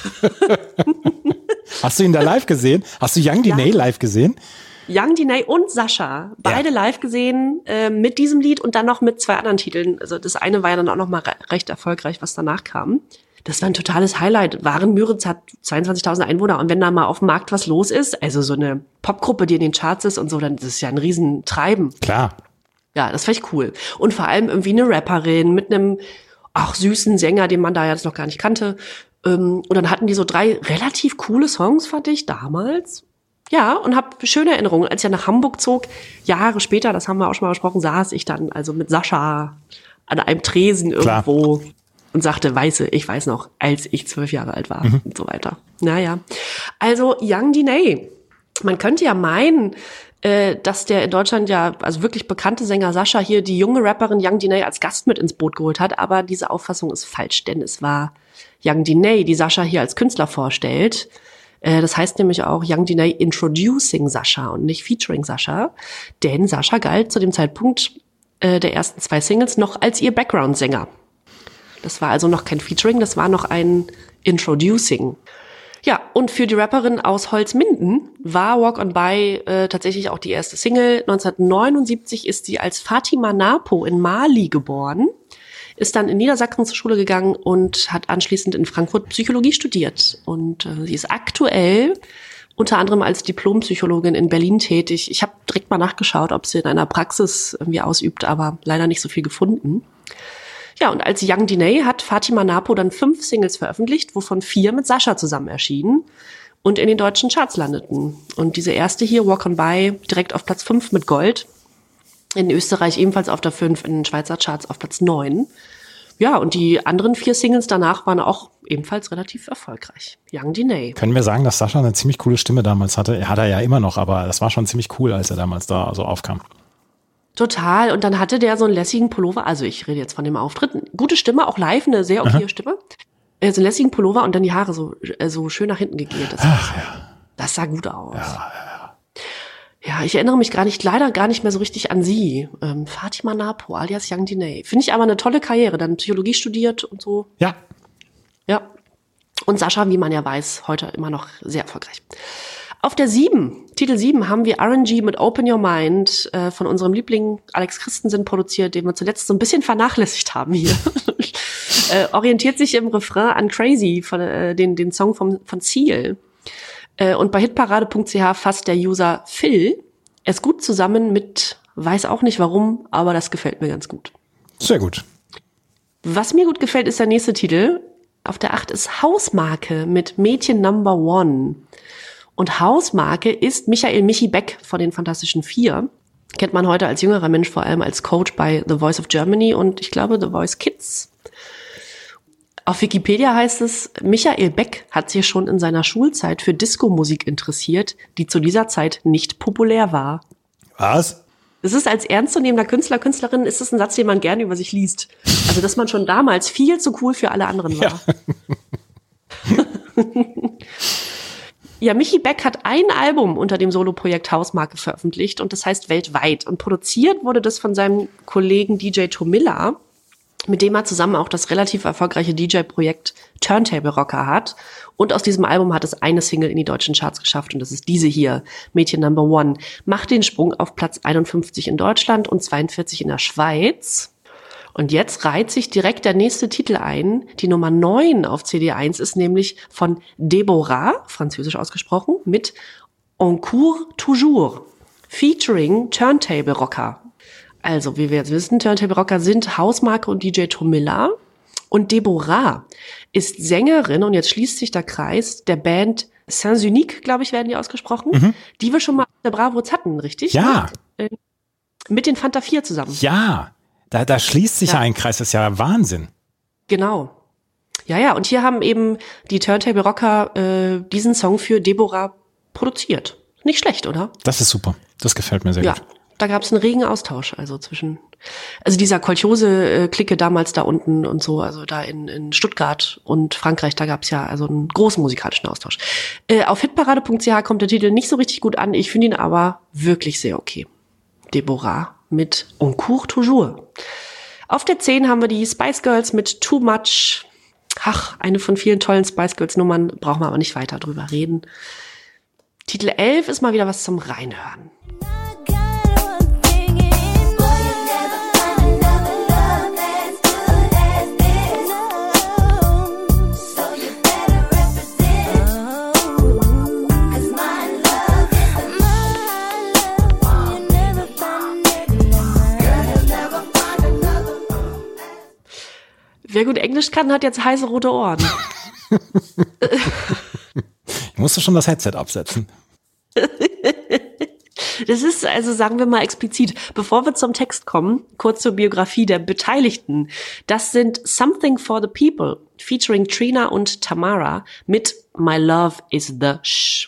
Hast du ihn da live gesehen? Hast du Young Diney Ja. live gesehen? Young Diney und Sascha, beide Ja. live gesehen äh, mit diesem Lied und dann noch mit zwei anderen Titeln. Also das eine war ja dann auch noch mal re- recht erfolgreich, was danach kam. Das war ein totales Highlight. Waren-Müritz hat zweiundzwanzigtausend Einwohner und wenn da mal auf dem Markt was los ist, also so eine Popgruppe, die in den Charts ist und so, dann ist es ja ein Riesentreiben. Klar. Ja, das fand ich cool. Und vor allem irgendwie eine Rapperin mit einem auch süßen Sänger, den man da jetzt noch gar nicht kannte. Ähm, Und dann hatten die so drei relativ coole Songs, fand ich, damals. Ja, und habe schöne Erinnerungen. Als ich nach Hamburg zog, Jahre später, das haben wir auch schon mal besprochen, saß ich dann also mit Sascha an einem Tresen Klar. irgendwo und sagte, weiße, ich weiß noch, als ich zwölf Jahre alt war und so weiter. Naja, also Young Diney. Man könnte ja meinen, äh, dass der in Deutschland ja, also wirklich bekannte Sänger Sascha hier die junge Rapperin Young Diney als Gast mit ins Boot geholt hat, aber diese Auffassung ist falsch, denn es war Young Diney, die Sascha hier als Künstler vorstellt. Äh, das heißt nämlich auch Young Diney Introducing Sascha und nicht Featuring Sascha, denn Sascha galt zu dem Zeitpunkt äh, der ersten zwei Singles noch als ihr Background-Sänger. Das war also noch kein Featuring, das war noch ein Introducing. Ja, und für die Rapperin aus Holzminden war Walk on By äh, tatsächlich auch die erste Single. neunzehnhundertneunundsiebzig ist sie als Fatima Napo in Mali geboren, ist dann in Niedersachsen zur Schule gegangen und hat anschließend in Frankfurt Psychologie studiert. Und äh, sie ist aktuell unter anderem als Diplompsychologin in Berlin tätig. Ich habe direkt mal nachgeschaut, ob sie in einer Praxis irgendwie ausübt, aber leider nicht so viel gefunden. Ja, und als Young Diney hat Fatima Napo dann fünf Singles veröffentlicht, wovon vier mit Sascha zusammen erschienen und in den deutschen Charts landeten. Und diese erste hier, Walk on By, direkt auf Platz fünf mit Gold. In Österreich ebenfalls auf der fünf, in den Schweizer Charts auf Platz neun. Ja, und die anderen vier Singles danach waren auch ebenfalls relativ erfolgreich. Young Diney. Können wir sagen, dass Sascha eine ziemlich coole Stimme damals hatte? Er hat er ja immer noch, aber das war schon ziemlich cool, als er damals da so aufkam. Total. Und dann hatte der so einen lässigen Pullover. Also ich rede jetzt von dem Auftritt. Gute Stimme, auch live, eine sehr okaye Stimme. Äh, so einen lässigen Pullover und dann die Haare so, äh, so schön nach hinten gegelt. Das, Ach ja. das sah gut aus. Ja, ja. Ja, ich erinnere mich gar nicht, leider gar nicht mehr so richtig an sie. Ähm, Fatima Napo, alias Young Diney. Finde ich aber eine tolle Karriere. Dann Psychologie studiert und so. Ja. Ja. Und Sascha, wie man ja weiß, heute immer noch sehr erfolgreich. Auf der sieben, Titel sieben, haben wir R and G mit Open Your Mind äh, von unserem Liebling Alex Christensen produziert, den wir zuletzt so ein bisschen vernachlässigt haben hier. äh, orientiert sich im Refrain an Crazy, von, äh, den, den Song vom, von Seal. Äh, und bei hitparade punkt c h fasst der User Phil er ist gut zusammen mit, weiß auch nicht warum, aber das gefällt mir ganz gut. Sehr gut. Was mir gut gefällt, ist der nächste Titel. Auf der acht ist Hausmarke mit Mädchen Number One. Und Hausmarke ist Michael Michi Beck von den Fantastischen Vier. Kennt man heute als jüngerer Mensch vor allem als Coach bei The Voice of Germany und ich glaube The Voice Kids. Auf Wikipedia heißt es, Michael Beck hat sich schon in seiner Schulzeit für Disco-Musik interessiert, die zu dieser Zeit nicht populär war. Was? Das ist als ernstzunehmender Künstler, Künstlerin, ist es ein Satz, den man gerne über sich liest. Also, dass man schon damals viel zu cool für alle anderen war. Ja, ja, Michi Beck hat ein Album unter dem Soloprojekt Hausmarke veröffentlicht und das heißt weltweit. Und produziert wurde das von seinem Kollegen D J Tomilla, mit dem er zusammen auch das relativ erfolgreiche D J-Projekt Turntable Rocker hat. Und aus diesem Album hat es eine Single in die deutschen Charts geschafft und das ist diese hier, Mädchen Number One. Macht den Sprung auf Platz einundfünfzig in Deutschland und zweiundvierzig in der Schweiz. Und jetzt reiht sich direkt der nächste Titel ein. Die Nummer neun auf C D eins ist nämlich von Deborah, französisch ausgesprochen, mit En cours toujours, featuring Turntable Rocker. Also, wie wir jetzt wissen, Turntable Rocker sind Hausmarke und D J Tomilla. Und Deborah ist Sängerin, und jetzt schließt sich der Kreis, der Band Saint-Unique, glaube ich, werden die ausgesprochen, mhm. die wir schon mal auf der Bravo hatten, richtig? Ja. Mit, äh, mit den Fanta vier zusammen. Ja, da, da schließt sich ja. ein Kreis, das ist ja Wahnsinn. Genau. Ja, ja, und hier haben eben die Turntable Rocker äh, diesen Song für Deborah produziert. Nicht schlecht, oder? Das ist super. Das gefällt mir sehr ja. gut. Da gab es einen regen Austausch, also zwischen, also dieser Kolchose-Clique damals da unten und so, also da in, in Stuttgart und Frankreich, da gab es ja also einen großen musikalischen Austausch. Äh, auf hitparade punkt c h kommt der Titel nicht so richtig gut an, ich finde ihn aber wirklich sehr okay. Deborah mit En cours toujours. Auf der zehn haben wir die Spice Girls mit Too Much. Ach, eine von vielen tollen Spice Girls Nummern, brauchen wir aber nicht weiter drüber reden. Titel elf ist mal wieder was zum Reinhören. Wer gut Englisch kann, hat jetzt heiße rote Ohren. Ich musste schon das Headset absetzen. Das ist, also sagen wir mal explizit, bevor wir zum Text kommen, kurz zur Biografie der Beteiligten. Das sind Something for the People, featuring Trina und Tamara mit My Love is the Sh.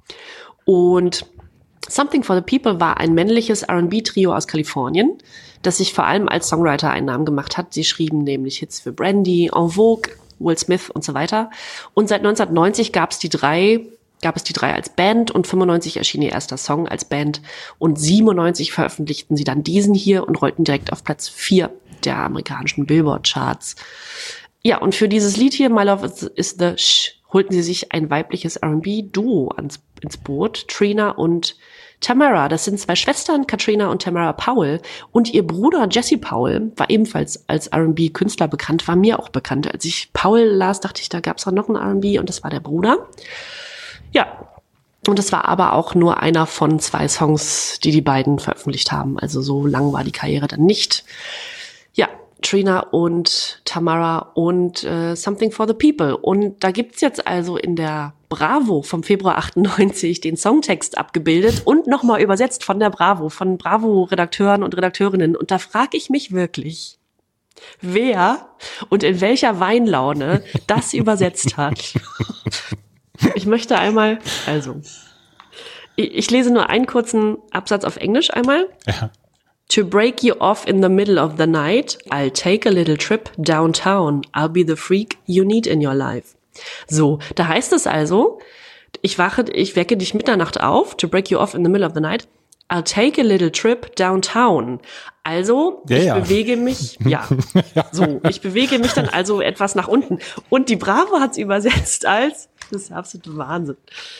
Und Something for the People war ein männliches R and B-Trio aus Kalifornien, das sich vor allem als Songwriter einen Namen gemacht hat. Sie schrieben nämlich Hits für Brandy, En Vogue, Will Smith und so weiter. Und seit neunzehnhundertneunzig gab es die drei, gab es die drei als Band und fünfundneunzig erschien ihr erster Song als Band und siebenundneunzig veröffentlichten sie dann diesen hier und rollten direkt auf Platz vier der amerikanischen Billboard-Charts. Ja, und für dieses Lied hier, My Love is, is the Sh, holten sie sich ein weibliches R and B-Duo ans, ins Boot, Trina und Tamara. Das sind zwei Schwestern, Katrina und Tamara Powell. Und ihr Bruder Jesse Powell war ebenfalls als R and B-Künstler bekannt, war mir auch bekannt. Als ich Powell las, dachte ich, da gab es noch einen R and B und das war der Bruder. Ja, und es war aber auch nur einer von zwei Songs, die die beiden veröffentlicht haben. Also so lang war die Karriere dann nicht. Ja, Trina und Tamara und äh, Something for the People. Und da gibt's jetzt also in der Bravo vom Februar achtundneunzig den Songtext abgebildet und nochmal übersetzt von der Bravo, von Bravo-Redakteuren und Redakteurinnen. Und da frage ich mich wirklich, wer und in welcher Weinlaune das übersetzt hat. Ich möchte einmal, also, ich, ich lese nur einen kurzen Absatz auf Englisch einmal. Ja. To break you off in the middle of the night, I'll take a little trip downtown. I'll be the freak you need in your life. So, da heißt es also, ich wache, ich wecke dich Mitternacht auf, to break you off in the middle of the night, I'll take a little trip downtown. Also, ja, ich ja. bewege mich, ja, so, ich bewege mich dann also etwas nach unten. Und die Bravo hat's übersetzt als, das ist der absolute Wahnsinn.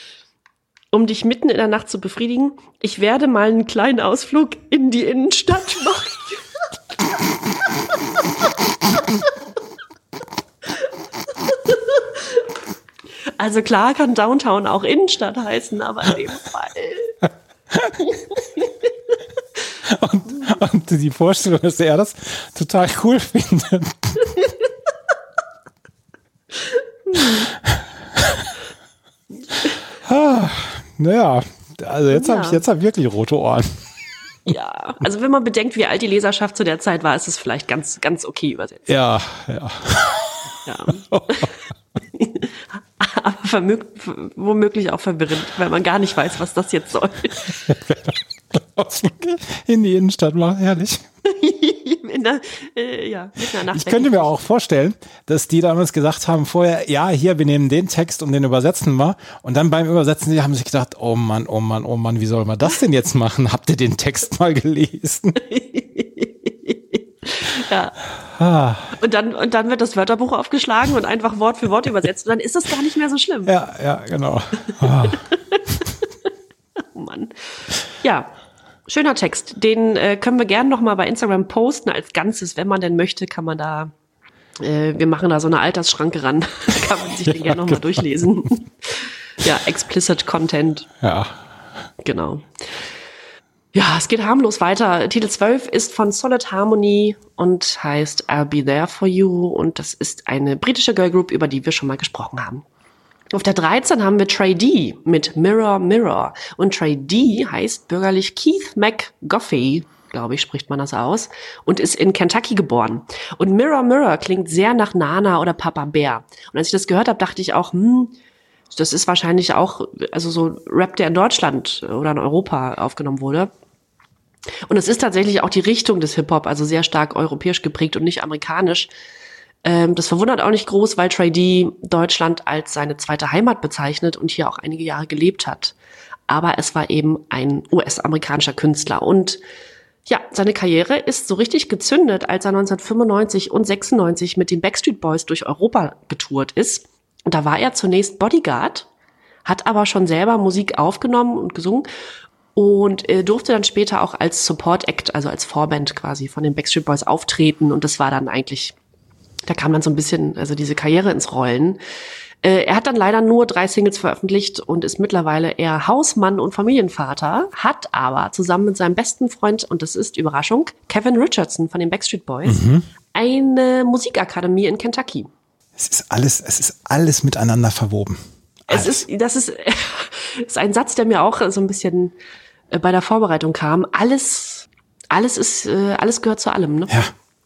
Um dich mitten in der Nacht zu befriedigen, ich werde mal einen kleinen Ausflug in die Innenstadt machen. Also klar kann Downtown auch Innenstadt heißen, aber in dem Fall. Und die Vorstellung, dass er das total cool findet. ah, naja, also jetzt Ja. habe ich jetzt hab ich wirklich rote Ohren. Ja, also wenn man bedenkt, wie alt die Leserschaft zu der Zeit war, ist es vielleicht ganz, ganz okay übersetzt. Ja, ja. Ja. Aber vermög, womöglich auch verwirrend, weil man gar nicht weiß, was das jetzt soll. In die Innenstadt machen, herrlich. In der, äh, ja, mitten in der Nacht. Ich könnte mir auch vorstellen, dass die damals gesagt haben vorher, ja, hier, wir nehmen den Text und den übersetzen wir. Und dann beim Übersetzen, die haben sich gedacht, oh Mann, oh Mann, oh Mann, wie soll man das denn jetzt machen? Habt ihr den Text mal gelesen? Ja. Ah, Und dann, und dann wird das Wörterbuch aufgeschlagen und einfach Wort für Wort übersetzt. Und dann ist das gar nicht mehr so schlimm. ja, ja, genau. Ah. Oh Mann. Ja, schöner Text. Den äh, können wir gerne noch mal bei Instagram posten als Ganzes. Wenn man denn möchte, kann man da, äh, wir machen da so eine Altersschranke ran. Da kann man sich den Ja, gerne noch mal genau. durchlesen. Ja, explicit Content. Ja. Genau. Ja, es geht harmlos weiter. Titel zwölf ist von Solid Harmony und heißt I'll Be There For You. Und das ist eine britische Girlgroup, über die wir schon mal gesprochen haben. Auf der dreizehn haben wir Trey D mit Mirror Mirror. Und Trey D heißt bürgerlich Keith McGoffey, glaube ich, spricht man das aus, und ist in Kentucky geboren. Und Mirror Mirror klingt sehr nach Nana oder Papa Bear. Und als ich das gehört habe, dachte ich auch, hm, das ist wahrscheinlich auch, also so Rap, der in Deutschland oder in Europa aufgenommen wurde. Und es ist tatsächlich auch die Richtung des Hip-Hop, also sehr stark europäisch geprägt und nicht amerikanisch. Ähm, das verwundert auch nicht groß, weil Trey D Deutschland als seine zweite Heimat bezeichnet und hier auch einige Jahre gelebt hat. Aber es war eben ein U S-amerikanischer Künstler. Und ja, seine Karriere ist so richtig gezündet, als er neunzehnhundertfünfundneunzig und sechsundneunzig mit den Backstreet Boys durch Europa getourt ist. Und da war er zunächst Bodyguard, hat aber schon selber Musik aufgenommen und gesungen und äh, durfte dann später auch als Support Act, also als Vorband quasi von den Backstreet Boys auftreten. Und das war dann eigentlich, da kam dann so ein bisschen, also diese Karriere ins Rollen. Äh, er hat dann leider nur drei Singles veröffentlicht und ist mittlerweile eher Hausmann und Familienvater, hat aber zusammen mit seinem besten Freund, und das ist Überraschung, Kevin Richardson von den Backstreet Boys, Mhm. eine Musikakademie in Kentucky. Es ist alles, es ist alles miteinander verwoben. Es ist, das ist, ist ein Satz, der mir auch so ein bisschen äh, bei der Vorbereitung kam. Alles, alles ist, äh, alles gehört zu allem, ne? Ja.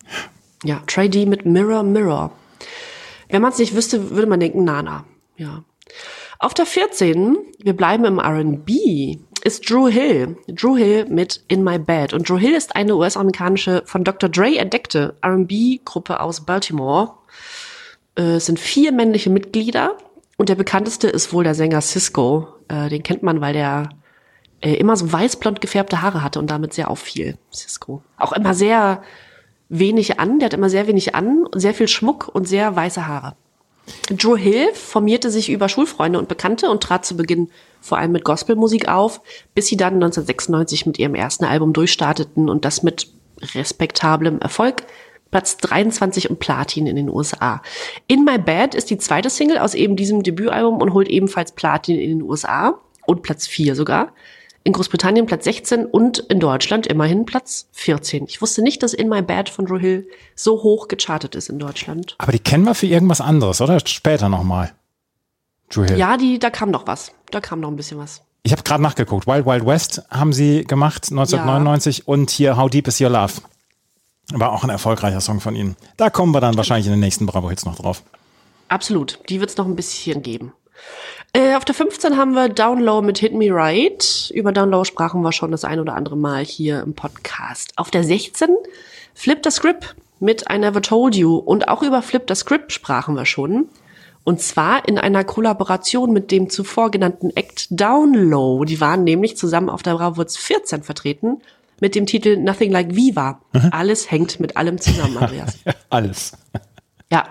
Ja, Trey D mit Mirror Mirror. Wenn man es nicht wüsste, würde man denken, Nana. Ja. Auf der vierzehn, wir bleiben im R and B, ist Drew Hill. Drew Hill mit In My Bed. Und Drew Hill ist eine U S-amerikanische, von Doktor Dre entdeckte R and B-Gruppe aus Baltimore. Äh, Es sind vier männliche Mitglieder. Und der bekannteste ist wohl der Sänger Sisqo. Äh, den kennt man, weil der äh, immer so weißblond gefärbte Haare hatte und damit sehr auffiel. Sisqo. Auch immer sehr wenig an. Der hat immer sehr wenig an, sehr viel Schmuck und sehr weiße Haare. Drew Hill formierte sich über Schulfreunde und Bekannte und trat zu Beginn vor allem mit Gospelmusik auf, bis sie dann neunzehnhundertsechsundneunzig mit ihrem ersten Album durchstarteten und das mit respektablem Erfolg. Platz dreiundzwanzig und Platin in den U S A. In My Bed ist die zweite Single aus eben diesem Debütalbum und holt ebenfalls Platin in den U S A und Platz vier sogar. In Großbritannien Platz sechzehn und in Deutschland immerhin Platz vierzehn. Ich wusste nicht, dass In My Bed von Drew Hill so hoch gechartet ist in Deutschland. Aber die kennen wir für irgendwas anderes, oder? Später nochmal. Drew Hill. Ja, die, da kam noch was. Da kam noch ein bisschen was. Ich habe gerade nachgeguckt. Wild Wild West haben sie gemacht, neunzehnhundertneunundneunzig. Ja. Und hier How Deep Is Your Love. War auch ein erfolgreicher Song von ihnen. Da kommen wir dann wahrscheinlich in den nächsten Bravo-Hits noch drauf. Absolut. Die wird es noch ein bisschen geben. Äh, auf der fünfzehn haben wir Down Low mit Hit Me Right. Über Down Low sprachen wir schon das ein oder andere Mal hier im Podcast. Auf der sechzehn Flip the Script mit I Never Told You. Und auch über Flip the Script sprachen wir schon. Und zwar in einer Kollaboration mit dem zuvor genannten Act Down Low. Die waren nämlich zusammen auf der Bravo Hits vierzehn vertreten. Mit dem Titel Nothing Like Viva. Mhm. Alles hängt mit allem zusammen, Andreas. Alles. Ja.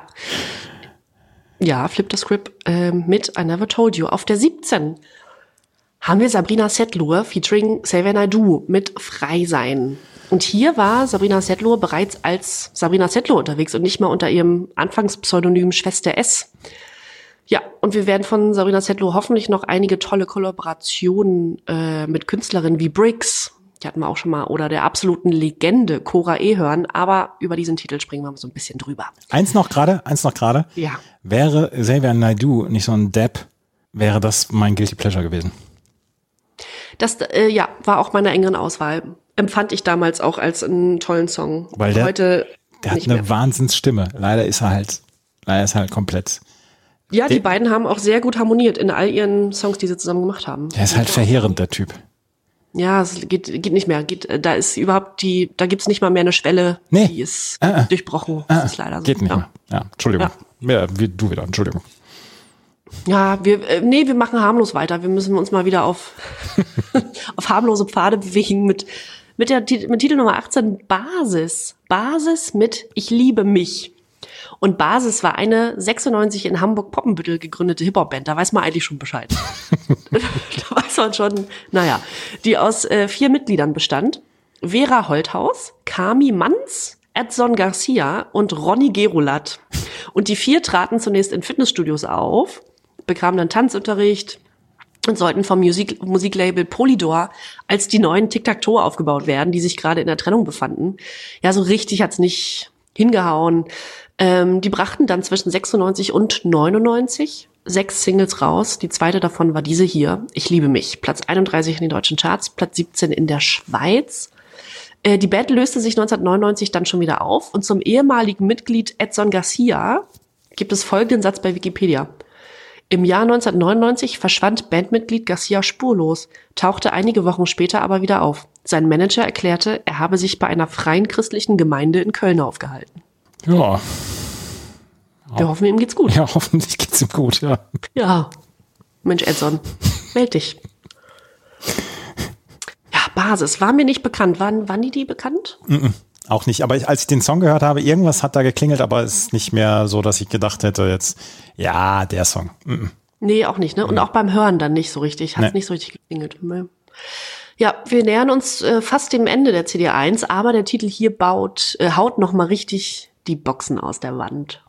Ja, Flip the Script äh, mit I Never Told You. Auf der siebzehn haben wir Sabrina Setlur featuring Xavier Naidoo mit Frei sein. Und hier war Sabrina Setlur bereits als Sabrina Setlur unterwegs und nicht mal unter ihrem Anfangspseudonym Schwester S. Ja, und wir werden von Sabrina Setlur hoffentlich noch einige tolle Kollaborationen äh, mit Künstlerinnen wie Briggs, die hatten wir auch schon mal, oder der absoluten Legende Cora E. hören, aber über diesen Titel springen wir mal so ein bisschen drüber. Eins noch gerade, eins noch gerade. Ja. Wäre Xavier Naidoo nicht so ein Depp, wäre das mein Guilty Pleasure gewesen. Das, äh, ja, war auch meine engeren Auswahl. Empfand ich damals auch als einen tollen Song. Weil der, Heute der hat nicht eine mehr. Wahnsinnsstimme. Leider ist er halt, leider ist er halt komplett. Ja, die der- beiden haben auch sehr gut harmoniert in all ihren Songs, die sie zusammen gemacht haben. Der ist halt verheerend, der Typ. Ja, es geht, geht nicht mehr. Geht, äh, da ist überhaupt die, da gibt's nicht mal mehr eine Schwelle, Nee. die ist Äh, äh. durchbrochen. Ah, Das ist leider so. geht nicht ja. mehr. Ja, Entschuldigung. Ja. wie, du wieder, Entschuldigung. Ja, wir, äh, nee, wir machen harmlos weiter. Wir müssen uns mal wieder auf, auf harmlose Pfade bewegen mit, mit der, mit Titel Nummer achtzehn, Basis. Basis mit Ich liebe mich. Und Basis war eine sechsundneunzig in Hamburg-Poppenbüttel gegründete Hip-Hop-Band. Da weiß man eigentlich schon Bescheid. Da weiß man schon, naja, die aus äh, vier Mitgliedern bestand. Vera Holthaus, Kami Manz, Edson Garcia und Ronny Gerolat. Und die vier traten zunächst in Fitnessstudios auf, bekamen dann Tanzunterricht und sollten vom Musik Musiklabel Polydor als die neuen Tic-Tac-Toe aufgebaut werden, die sich gerade in der Trennung befanden. Ja, so richtig hat's nicht hingehauen. Ähm, die brachten dann zwischen sechsundneunzig und neunundneunzig sechs Singles raus. Die zweite davon war diese hier, Ich liebe mich. Platz einunddreißig in den deutschen Charts, Platz siebzehn in der Schweiz. Äh, die Band löste sich neunzehnhundertneunundneunzig dann schon wieder auf und zum ehemaligen Mitglied Edson Garcia gibt es folgenden Satz bei Wikipedia. Im Jahr neunzehnhundertneunundneunzig verschwand Bandmitglied Garcia spurlos, tauchte einige Wochen später aber wieder auf. Sein Manager erklärte, er habe sich bei einer freien christlichen Gemeinde in Köln aufgehalten. Ja. Wir hoffen, ihm geht's gut. Ja, hoffentlich geht's ihm gut, ja. Ja. Mensch, Edson, meld dich. Ja, Basis. War mir nicht bekannt. Waren, waren die die bekannt? Auch nicht, aber ich, als ich den Song gehört habe, irgendwas hat da geklingelt, aber es ist nicht mehr so, dass ich gedacht hätte jetzt, ja, der Song. Mm-mm. Nee, auch nicht, ne? Und auch beim Hören dann nicht so richtig. Hat Nee. nicht so richtig geklingelt. Nee. Ja, wir nähern uns äh, fast dem Ende der C D eins, aber der Titel hier baut, äh, haut noch mal richtig die Boxen aus der Wand.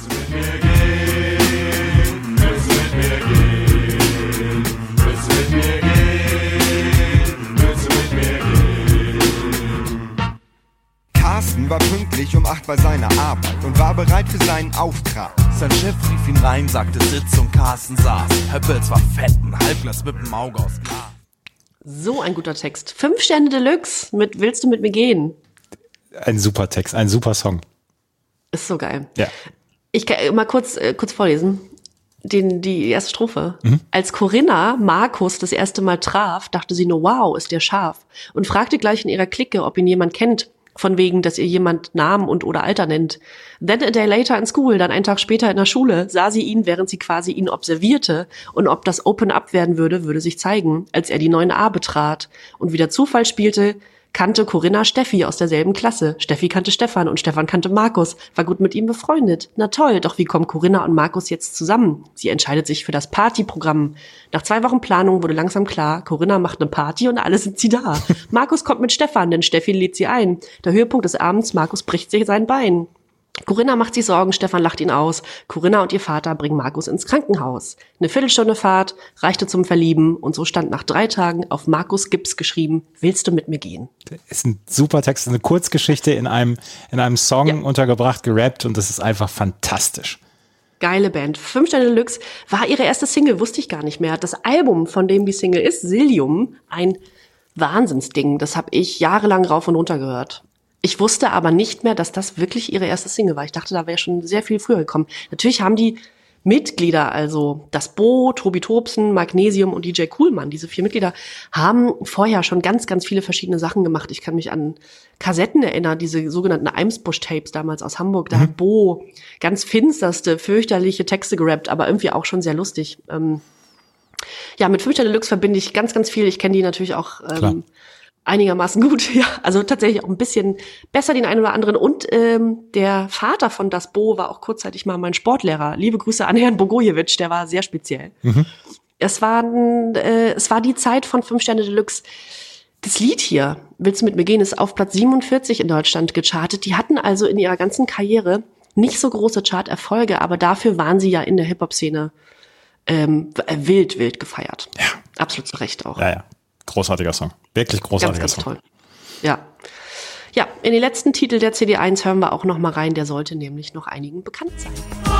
Carsten war pünktlich um acht bei seiner Arbeit und war bereit für seinen Auftrag. Sein Chef rief ihn rein, sagte Sitz und Carsten saß. Höppels war fett, ein Halbglas mit dem Auge aus Glas. So ein guter Text. Fünf Sterne Deluxe mit Willst du mit mir gehen? Ein super Text, ein super Song. Ist so geil. Ja. Ich kann mal kurz, äh, kurz vorlesen. Den, die erste Strophe. Als Corinna Markus das erste Mal traf, dachte sie nur, wow, ist der scharf. Und fragte gleich in ihrer Clique, ob ihn jemand kennt. Von wegen, dass ihr jemand Namen und oder Alter nennt. Then a day later in school, dann einen Tag später in der Schule, sah sie ihn, während sie quasi ihn observierte. Und ob das Open Up werden würde, würde sich zeigen, als er die neun a betrat. Und wie der Zufall spielte, kannte Corinna Steffi aus derselben Klasse. Steffi kannte Stefan und Stefan kannte Markus, war gut mit ihm befreundet. Na toll, doch wie kommen Corinna und Markus jetzt zusammen? Sie entscheidet sich für das Partyprogramm. Nach zwei Wochen Planung wurde langsam klar, Corinna macht eine Party und alle sind sie da. Markus kommt mit Stefan, denn Steffi lädt sie ein. Der Höhepunkt des Abends, Markus bricht sich sein Bein. Corinna macht sich Sorgen, Stefan lacht ihn aus. Corinna und ihr Vater bringen Markus ins Krankenhaus. Eine Viertelstunde Fahrt reichte zum Verlieben und so stand nach drei Tagen auf Markus Gips geschrieben, willst du mit mir gehen? Ist ein super Text, eine Kurzgeschichte in einem, in einem Song Ja. untergebracht, gerappt und das ist einfach fantastisch. Geile Band. Fünf Sterne Deluxe war ihre erste Single, wusste ich gar nicht mehr. Das Album, von dem die Single ist, Silium, ein Wahnsinnsding. Das habe ich jahrelang rauf und runter gehört. Ich wusste aber nicht mehr, dass das wirklich ihre erste Single war. Ich dachte, da wäre schon sehr viel früher gekommen. Natürlich haben die Mitglieder, also das Bo, Tobi Tobsen, Magnesium und D J Coolmann, diese vier Mitglieder, haben vorher schon ganz, ganz viele verschiedene Sachen gemacht. Ich kann mich an Kassetten erinnern, diese sogenannten Eimsbusch-Tapes damals aus Hamburg. Da hat Bo ganz finsterste, fürchterliche Texte gerappt, aber irgendwie auch schon sehr lustig. Ähm ja, mit Fünf Sterne Deluxe verbinde ich ganz, ganz viel. Ich kenne die natürlich auch Klar. ähm, einigermaßen gut, ja. Also tatsächlich auch ein bisschen besser den einen oder anderen. Und ähm, der Vater von Das Bo war auch kurzzeitig mal mein Sportlehrer. Liebe Grüße an Herrn Bogojewitsch, der war sehr speziell. Es war, äh, es war die Zeit von Fünf Sterne Deluxe. Das Lied hier, Willst du mit mir gehen, ist auf Platz siebenundvierzig in Deutschland gechartet. Die hatten also in ihrer ganzen Karriere nicht so große Charterfolge, aber dafür waren sie ja in der Hip-Hop-Szene ähm, wild, wild gefeiert. Ja. Absolut zu Recht auch. Ja, ja. Großartiger Song. Wirklich großartiger Ganz, ganz Song. toll. Ja. Ja, in den letzten Titel der C D eins hören wir auch noch mal rein. Der sollte nämlich noch einigen bekannt sein.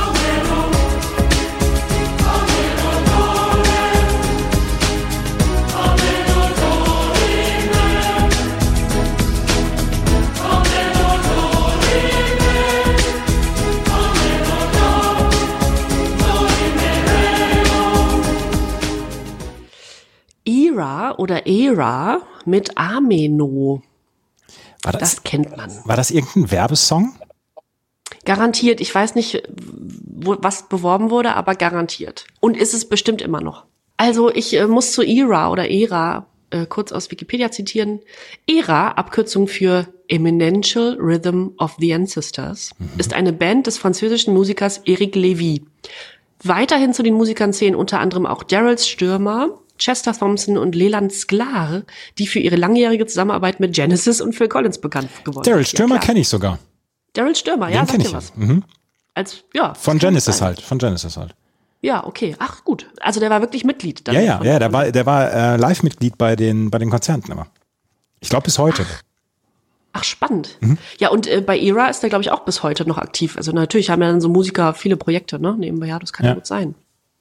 Era oder Era mit Ameno. War das, Das kennt man. war das irgendein Werbesong? Garantiert. Ich weiß nicht, wo, was beworben wurde, aber garantiert. Und ist es bestimmt immer noch. Also ich äh, muss zu Era oder Era äh, kurz aus Wikipedia zitieren. Era, Abkürzung für Eminential Rhythm of the Ancestors, mhm. ist eine Band des französischen Musikers Eric Lévy. Weiterhin zu den Musikern zählen unter anderem auch Daryl Stürmer, Chester Thompson und Leland Sklar, die für ihre langjährige Zusammenarbeit mit Genesis und Phil Collins bekannt geworden sind. Daryl Stürmer Ja, kenne ich sogar. Daryl Stürmer, ja, Den sag kenne dir ich. was. Mhm. Als, ja, Von das kann Genesis sein. halt. Von Genesis halt. Ja, okay. Ach, gut. Also der war wirklich Mitglied. dann Ja, ja, von- ja, der war, der war äh, Live-Mitglied bei den, bei den Konzerten immer. Ich glaube bis heute. Ach, spannend. Ja, und äh, bei Era ist der, glaube ich, auch bis heute noch aktiv. Also natürlich haben ja dann so Musiker viele Projekte, ne? Nebenbei, ja, das kann ja, Ja. gut sein.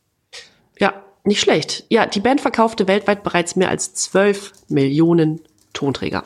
Ja, nicht schlecht. Ja, die Band verkaufte weltweit bereits mehr als zwölf Millionen Tonträger.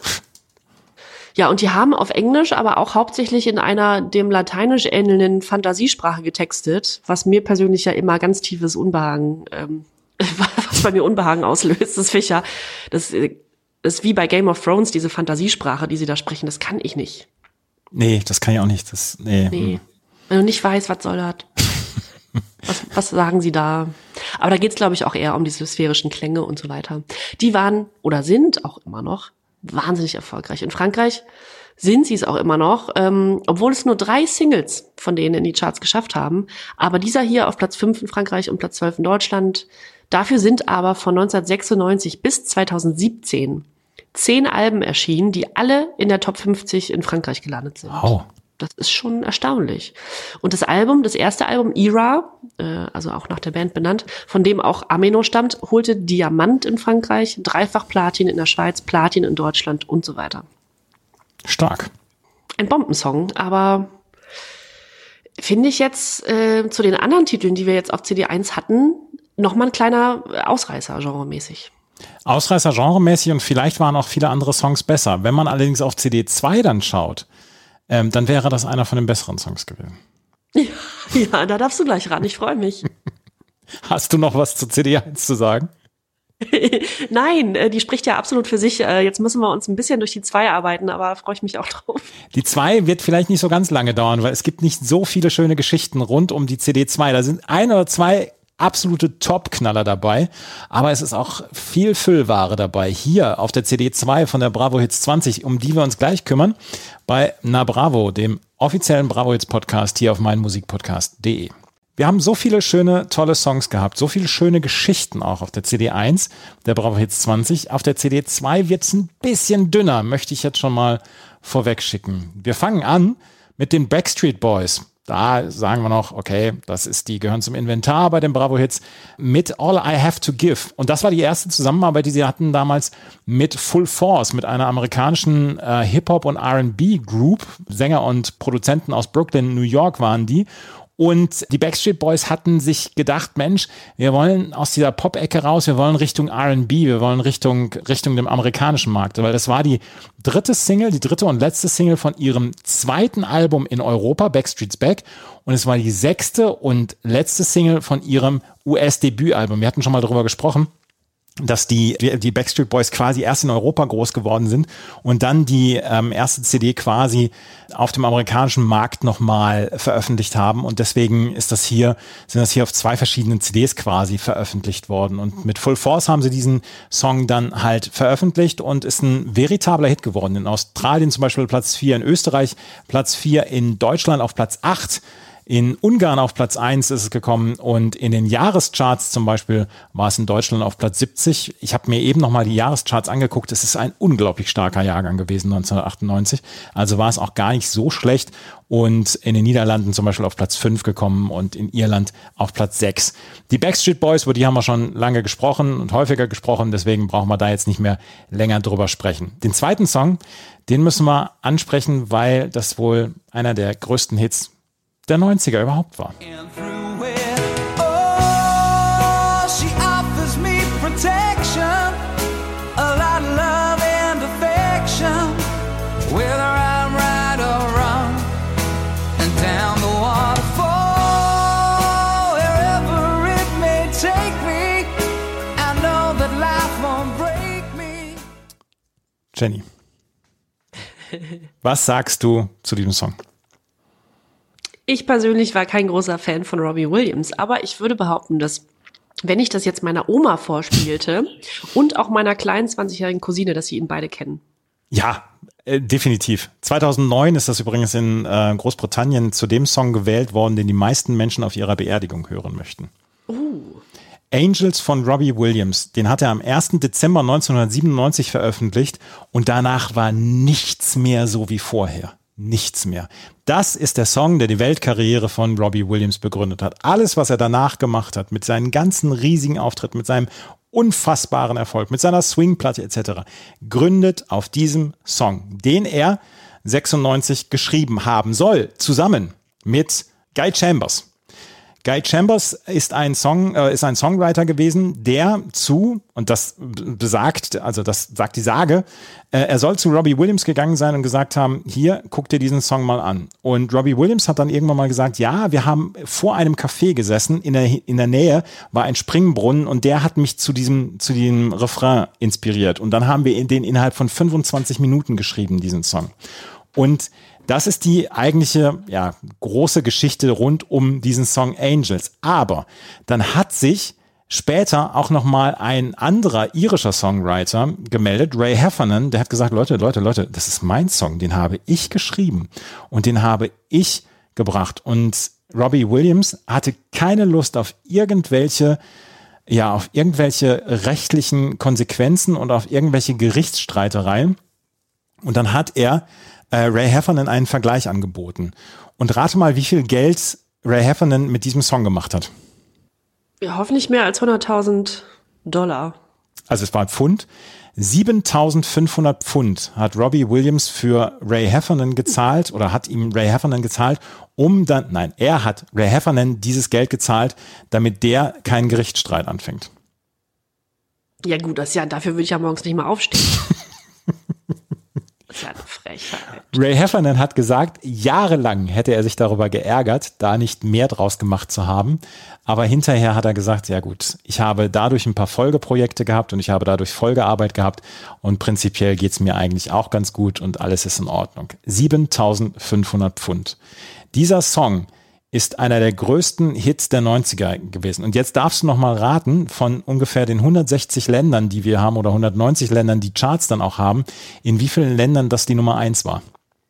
Ja, und die haben auf Englisch, aber auch hauptsächlich in einer dem Lateinisch ähnelnden Fantasiesprache getextet, was mir persönlich ja immer ganz tiefes Unbehagen, ähm, was bei mir Unbehagen auslöst. Das ist Fischer. Das äh, ist wie bei Game of Thrones, diese Fantasiesprache, die sie da sprechen, das kann ich nicht. Nee, das kann ich auch nicht. Das, nee. Nee. Wenn du nicht weißt, was soll das? Was, was sagen sie da? Aber da geht's, glaube ich, auch eher um diese sphärischen Klänge und so weiter. Die waren oder sind auch immer noch wahnsinnig erfolgreich. In Frankreich sind sie es auch immer noch, ähm, obwohl es nur drei Singles von denen in die Charts geschafft haben. Aber dieser hier auf Platz fünf in Frankreich und Platz zwölf in Deutschland. Dafür sind aber von neunzehnhundertsechsundneunzig bis zweitausendsiebzehn zehn Alben erschienen, die alle in der Top fünfzig in Frankreich gelandet sind. Wow. Das ist schon erstaunlich. Und das Album, das erste Album, Era, äh, also auch nach der Band benannt, von dem auch Ameno stammt, holte Diamant in Frankreich, dreifach Platin in der Schweiz, Platin in Deutschland und so weiter. Stark. Ein Bombensong, aber finde ich jetzt äh, zu den anderen Titeln, die wir jetzt auf C D eins hatten, nochmal ein kleiner Ausreißer genremäßig. Ausreißer genremäßig und vielleicht waren auch viele andere Songs besser. Wenn man allerdings auf C D zwei dann schaut, ähm, dann wäre das einer von den besseren Songs gewesen. Ja, da darfst du gleich ran, ich freue mich. Hast du noch was zu C D eins zu sagen? Nein, äh, die spricht ja absolut für sich. Äh, jetzt müssen wir uns ein bisschen durch die zwei arbeiten, aber da freue ich mich auch drauf. Die zwei wird vielleicht nicht so ganz lange dauern, weil es gibt nicht so viele schöne Geschichten rund um die C D zwei. Da sind ein oder zwei absolute Top-Knaller dabei, aber es ist auch viel Füllware dabei. Hier auf der C D zwei von der Bravo Hits zwanzig, um die wir uns gleich kümmern, bei Na Bravo, dem offiziellen Bravo Hits Podcast hier auf meinmusikpodcast punkt de. Wir haben so viele schöne, tolle Songs gehabt, so viele schöne Geschichten auch auf der C D eins, der Bravo Hits zwanzig. Auf der C D zwei wird es ein bisschen dünner, möchte ich jetzt schon mal vorweg schicken. Wir fangen an mit den Backstreet Boys. Da sagen wir noch, okay, das ist, die gehören zum Inventar bei den Bravo Hits mit All I Have to Give. Und das war die erste Zusammenarbeit, die sie hatten damals mit Full Force, mit einer amerikanischen äh, Hip-Hop- und R and B-Group. Sänger und Produzenten aus Brooklyn, New York waren die. Und die Backstreet Boys hatten sich gedacht, Mensch, wir wollen aus dieser Pop-Ecke raus, wir wollen Richtung R and B, wir wollen Richtung, Richtung dem amerikanischen Markt. Weil das war die dritte Single, die dritte und letzte Single von ihrem zweiten Album in Europa, Backstreet's Back. Und es war die sechste und letzte Single von ihrem U S-Debütalbum. Wir hatten schon mal darüber gesprochen, dass die, die Backstreet Boys quasi erst in Europa groß geworden sind und dann die ähm, erste C D quasi auf dem amerikanischen Markt nochmal veröffentlicht haben. Und deswegen ist das hier, sind das hier auf zwei verschiedenen C Ds quasi veröffentlicht worden. Und mit Full Force haben sie diesen Song dann halt veröffentlicht und ist ein veritabler Hit geworden. In Australien zum Beispiel Platz vier, in Österreich Platz vier, in Deutschland auf Platz acht. In Ungarn auf Platz eins ist es gekommen und in den Jahrescharts zum Beispiel war es in Deutschland auf Platz siebzig. Ich habe mir eben nochmal die Jahrescharts angeguckt. Es ist ein unglaublich starker Jahrgang gewesen neunzehnhundertachtundneunzig. Also war es auch gar nicht so schlecht und in den Niederlanden zum Beispiel auf Platz fünf gekommen und in Irland auf Platz sechs. Die Backstreet Boys, über die haben wir schon lange gesprochen und häufiger gesprochen, deswegen brauchen wir da jetzt nicht mehr länger drüber sprechen. Den zweiten Song, den müssen wir ansprechen, weil das wohl einer der größten Hits der neunziger überhaupt war. And through it, oh, she offers me protection, a lot of love and affection, whether I'm right or wrong, and down the waterfall, wherever it may take me, I know that life won't break me. Jenny, was sagst du zu diesem Song? Ich persönlich war kein großer Fan von Robbie Williams, aber ich würde behaupten, dass wenn ich das jetzt meiner Oma vorspielte und auch meiner kleinen zwanzigjährigen Cousine, dass sie ihn beide kennen. Ja, äh, definitiv. zweitausendneun ist das übrigens in äh, Großbritannien zu dem Song gewählt worden, den die meisten Menschen auf ihrer Beerdigung hören möchten. Uh. Angels von Robbie Williams, den hat er am ersten Dezember neunzehnhundertsiebenundneunzig veröffentlicht und danach war nichts mehr so wie vorher. Nichts mehr. Das ist der Song, der die Weltkarriere von Robbie Williams begründet hat. Alles, was er danach gemacht hat, mit seinen ganzen riesigen Auftritten, mit seinem unfassbaren Erfolg, mit seiner Swingplatte et cetera, gründet auf diesem Song, den er sechsundneunzig geschrieben haben soll, zusammen mit Guy Chambers. Guy Chambers ist ein Song, äh, ist ein Songwriter gewesen, der zu, und das besagt, also das sagt die Sage, äh, er soll zu Robbie Williams gegangen sein und gesagt haben, hier, guck dir diesen Song mal an. Und Robbie Williams hat dann irgendwann mal gesagt, ja, wir haben vor einem Café gesessen, in der, in der Nähe war ein Springbrunnen und der hat mich zu diesem, zu diesem Refrain inspiriert. Und dann haben wir den innerhalb von fünfundzwanzig Minuten geschrieben, diesen Song. Und das ist die eigentliche, ja, große Geschichte rund um diesen Song Angels. Aber dann hat sich später auch nochmal ein anderer irischer Songwriter gemeldet, Ray Heffernan, der hat gesagt, Leute, Leute, Leute, das ist mein Song, den habe ich geschrieben und den habe ich gebracht. Und Robbie Williams hatte keine Lust auf irgendwelche, ja, auf irgendwelche rechtlichen Konsequenzen und auf irgendwelche Gerichtsstreitereien. Und dann hat er äh, Ray Heffernan einen Vergleich angeboten. Und rate mal, wie viel Geld Ray Heffernan mit diesem Song gemacht hat. Ja, hoffentlich mehr als hunderttausend Dollar. Also es war ein Pfund. siebentausendfünfhundert Pfund hat Robbie Williams für Ray Heffernan gezahlt oder hat ihm Ray Heffernan gezahlt, um dann, nein, er hat Ray Heffernan dieses Geld gezahlt, damit der keinen Gerichtsstreit anfängt. Ja gut, das ja, dafür würde ich ja morgens nicht mal aufstehen. Das ist ja eine Frechheit. Ray Heffernan hat gesagt, jahrelang hätte er sich darüber geärgert, da nicht mehr draus gemacht zu haben. Aber hinterher hat er gesagt, ja gut, ich habe dadurch ein paar Folgeprojekte gehabt und ich habe dadurch Folgearbeit gehabt und prinzipiell geht's mir eigentlich auch ganz gut und alles ist in Ordnung. siebentausendfünfhundert Pfund. Dieser Song ist einer der größten Hits der neunziger gewesen. Und jetzt darfst du noch mal raten, von ungefähr den hundertsechzig Ländern, die wir haben, oder hundertneunzig Ländern, die Charts dann auch haben, in wie vielen Ländern das die Nummer eins war?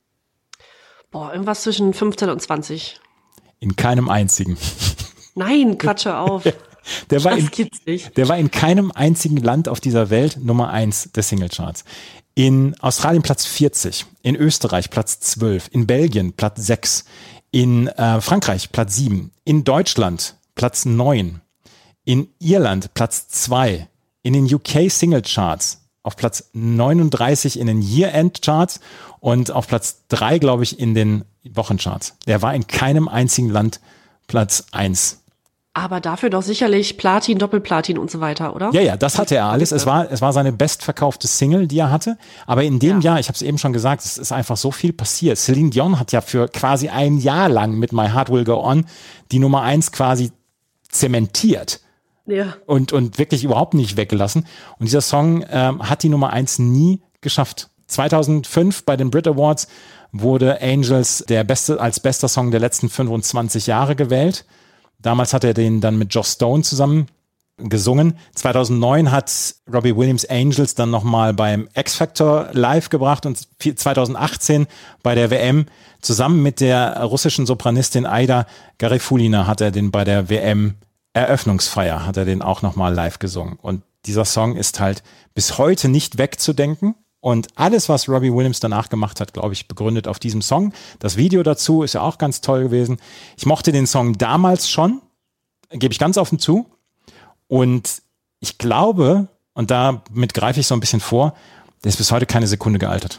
Boah, irgendwas zwischen fünfzehn und zwanzig. In keinem einzigen. Nein, Quatsche auf. Der war, Das in, gibt's nicht. der war in keinem einzigen Land auf dieser Welt Nummer eins der Singlecharts. In Australien Platz vierzig, in Österreich Platz zwölf, in Belgien Platz sechs, in äh, Frankreich Platz sieben, in Deutschland Platz neun, in Irland Platz zwei, in den U K Single Charts auf Platz neununddreißig in den Year-End Charts und auf Platz drei, glaube ich, in den Wochencharts. Der war in keinem einzigen Land Platz eins. Aber dafür doch sicherlich Platin, Doppelplatin und so weiter, oder? Ja, ja, das hatte er alles. Es war, es war seine bestverkaufte Single, die er hatte. Aber in dem Ja. Jahr, ich habe es eben schon gesagt, es ist einfach so viel passiert. Celine Dion hat ja für quasi ein Jahr lang mit My Heart Will Go On die Nummer eins quasi zementiert Ja. und, und wirklich überhaupt nicht weggelassen. Und dieser Song ähm, hat die Nummer eins nie geschafft. zweitausendfünf bei den Brit Awards wurde Angels der beste, als bester Song der letzten fünfundzwanzig Jahre gewählt. Damals hat er den dann mit Joss Stone zusammen gesungen. zweitausendneun hat Robbie Williams Angels dann nochmal beim X-Factor live gebracht und zweitausendachtzehn bei der W M zusammen mit der russischen Sopranistin Aida Garifulina hat er den bei der W M Eröffnungsfeier, hat er den auch nochmal live gesungen. Und dieser Song ist halt bis heute nicht wegzudenken. Und alles, was Robbie Williams danach gemacht hat, glaube ich, begründet auf diesem Song. Das Video dazu ist ja auch ganz toll gewesen. Ich mochte den Song damals schon, gebe ich ganz offen zu. Und ich glaube, und damit greife ich so ein bisschen vor, der ist bis heute keine Sekunde gealtert.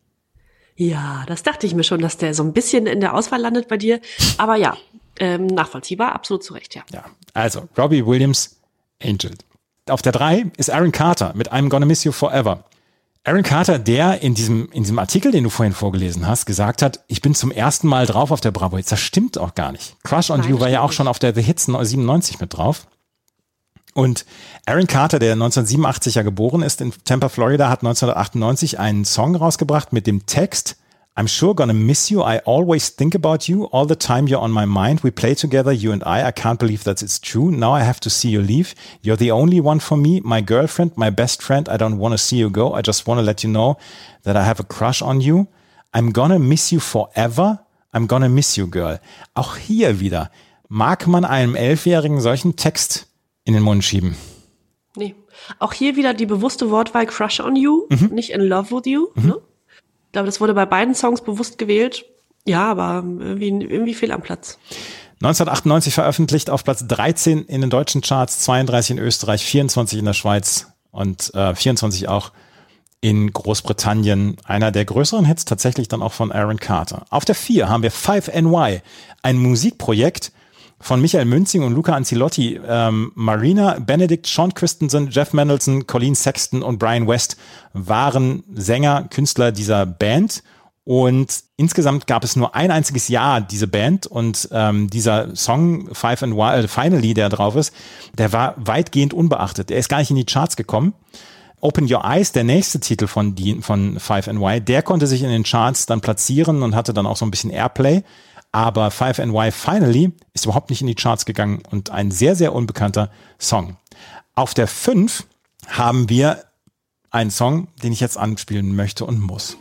Ja, das dachte ich mir schon, dass der so ein bisschen in der Auswahl landet bei dir. Aber ja, ähm, nachvollziehbar, absolut zu Recht, ja. Ja, also Robbie Williams, Angel. Auf der drei ist Aaron Carter mit I'm Gonna Miss You Forever. Aaron Carter, der in diesem, in diesem Artikel, den du vorhin vorgelesen hast, gesagt hat, ich bin zum ersten Mal drauf auf der Bravo Hits. Das stimmt auch gar nicht. Crush on Nein, You war ja auch nicht. schon auf der The Hits siebenundneunzig mit drauf. Und Aaron Carter, der neunzehnhundertsiebenundachtzig ja geboren ist in Tampa, Florida, hat neunzehnhundertachtundneunzig einen Song rausgebracht mit dem Text I'm sure gonna miss you, I always think about you, all the time you're on my mind, we play together, you and I, I can't believe that it's true, now I have to see you leave, you're the only one for me, my girlfriend, my best friend, I don't wanna see you go, I just wanna let you know that I have a crush on you, I'm gonna miss you forever, I'm gonna miss you, girl. Auch hier wieder, mag man einem Elfjährigen solchen Text in den Mund schieben? Nee. Auch hier wieder die bewusste Wortwahl Crush on You, Mhm. nicht In Love with You. Mhm. Ne? Ich glaube, das wurde bei beiden Songs bewusst gewählt. Ja, aber irgendwie, irgendwie fehl am Platz. neunzehnhundertachtundneunzig veröffentlicht auf Platz dreizehn in den deutschen Charts, zweiunddreißig in Österreich, vierundzwanzig in der Schweiz und äh, vierundzwanzig auch in Großbritannien. Einer der größeren Hits tatsächlich dann auch von Aaron Carter. Auf der vier haben wir five N Y, ein Musikprojekt von Michael Münzing und Luca Anzilotti. Ähm, Marina Benedict, Sean Christensen, Jeff Mendelsohn, Colleen Sexton und Brian West waren Sänger, Künstler dieser Band. Und insgesamt gab es nur ein einziges Jahr diese Band und ähm, dieser Song five N Y, äh, Finally, der drauf ist, der war weitgehend unbeachtet. Der ist gar nicht in die Charts gekommen. Open Your Eyes, der nächste Titel von, die, von five N Y, der konnte sich in den Charts dann platzieren und hatte dann auch so ein bisschen Airplay. Aber five N Y Finally ist überhaupt nicht in die Charts gegangen und ein sehr, sehr unbekannter Song. Auf der fünf haben wir einen Song, den ich jetzt anspielen möchte und muss.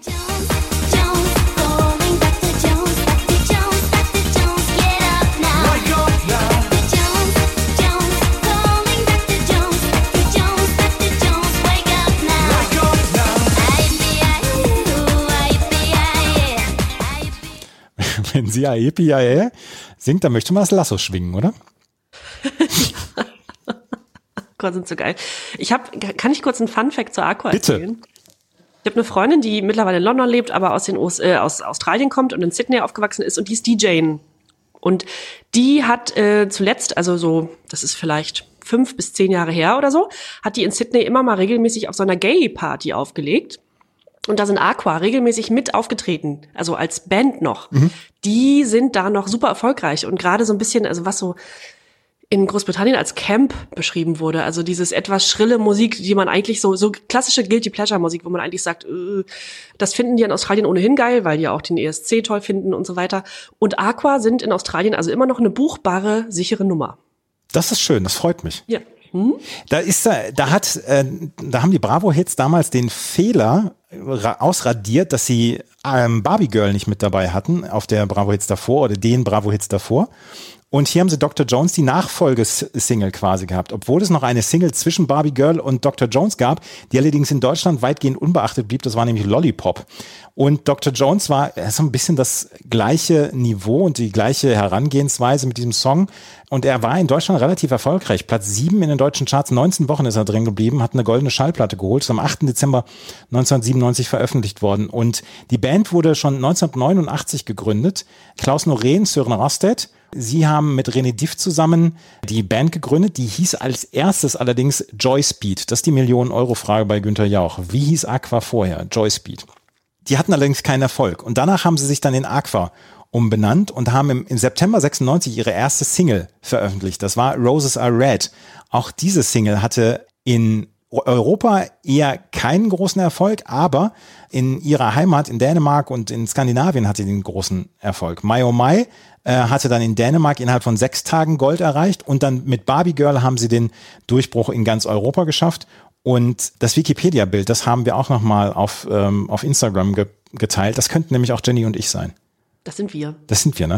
Wenn sie Aepi singt, dann möchte man das Lasso schwingen, oder? Gott, sind so geil. Ich habe, kann ich kurz einen Funfact zur Aqua Bitte. erzählen? Ich habe eine Freundin, die mittlerweile in London lebt, aber aus den U S, äh, aus Australien kommt und in Sydney aufgewachsen ist und die ist D J. Und die hat äh, zuletzt, also so, das ist vielleicht fünf bis zehn Jahre her oder so, hat die in Sydney immer mal regelmäßig auf so einer Gay-Party aufgelegt. Und da sind Aqua regelmäßig mit aufgetreten, also als Band noch. Mhm. Die sind da noch super erfolgreich und gerade so ein bisschen, also was so in Großbritannien als Camp beschrieben wurde, also dieses etwas schrille Musik, die man eigentlich so, so klassische Guilty Pleasure Musik, wo man eigentlich sagt, äh, das finden die in Australien ohnehin geil, weil die auch den E S C toll finden und so weiter. Und Aqua sind in Australien also immer noch eine buchbare, sichere Nummer. Das ist schön, das freut mich. Ja. Hm? Da ist da, da hat, äh, da haben die Bravo-Hits damals den Fehler ra- ausradiert, dass sie ähm, Barbie Girl nicht mit dabei hatten auf der Bravo-Hits davor oder den Bravo-Hits davor. Und hier haben sie Doktor Jones die Nachfolgesingle quasi gehabt, obwohl es noch eine Single zwischen Barbie Girl und Doktor Jones gab, die allerdings in Deutschland weitgehend unbeachtet blieb. Das war nämlich Lollipop. Und Doktor Jones war so ein bisschen das gleiche Niveau und die gleiche Herangehensweise mit diesem Song. Und er war in Deutschland relativ erfolgreich. Platz sieben in den deutschen Charts, neunzehn Wochen ist er drin geblieben, hat eine goldene Schallplatte geholt, ist am achten Dezember neunzehnhundertsiebenundneunzig veröffentlicht worden. Und die Band wurde schon neunzehnhundertneunundachtzig gegründet. Klaus Noreen, Sören Rostedt. Sie haben mit René Diff zusammen die Band gegründet, die hieß als erstes allerdings Joy Speed. Das ist die Millionen-Euro-Frage bei Günther Jauch. Wie hieß Aqua vorher? Joy Speed. Die hatten allerdings keinen Erfolg. Und danach haben sie sich dann in Aqua umbenannt und haben im, im September sechsundneunzig ihre erste Single veröffentlicht. Das war Roses Are Red. Auch diese Single hatte in Europa eher keinen großen Erfolg, aber in ihrer Heimat in Dänemark und in Skandinavien hatte sie den großen Erfolg. My Oh My äh, hatte dann in Dänemark innerhalb von sechs Tagen Gold erreicht und dann mit Barbie Girl haben sie den Durchbruch in ganz Europa geschafft. Und das Wikipedia-Bild, das haben wir auch nochmal auf, ähm, auf Instagram ge- geteilt. Das könnten nämlich auch Jenny und ich sein. Das sind wir. Das sind wir, ne?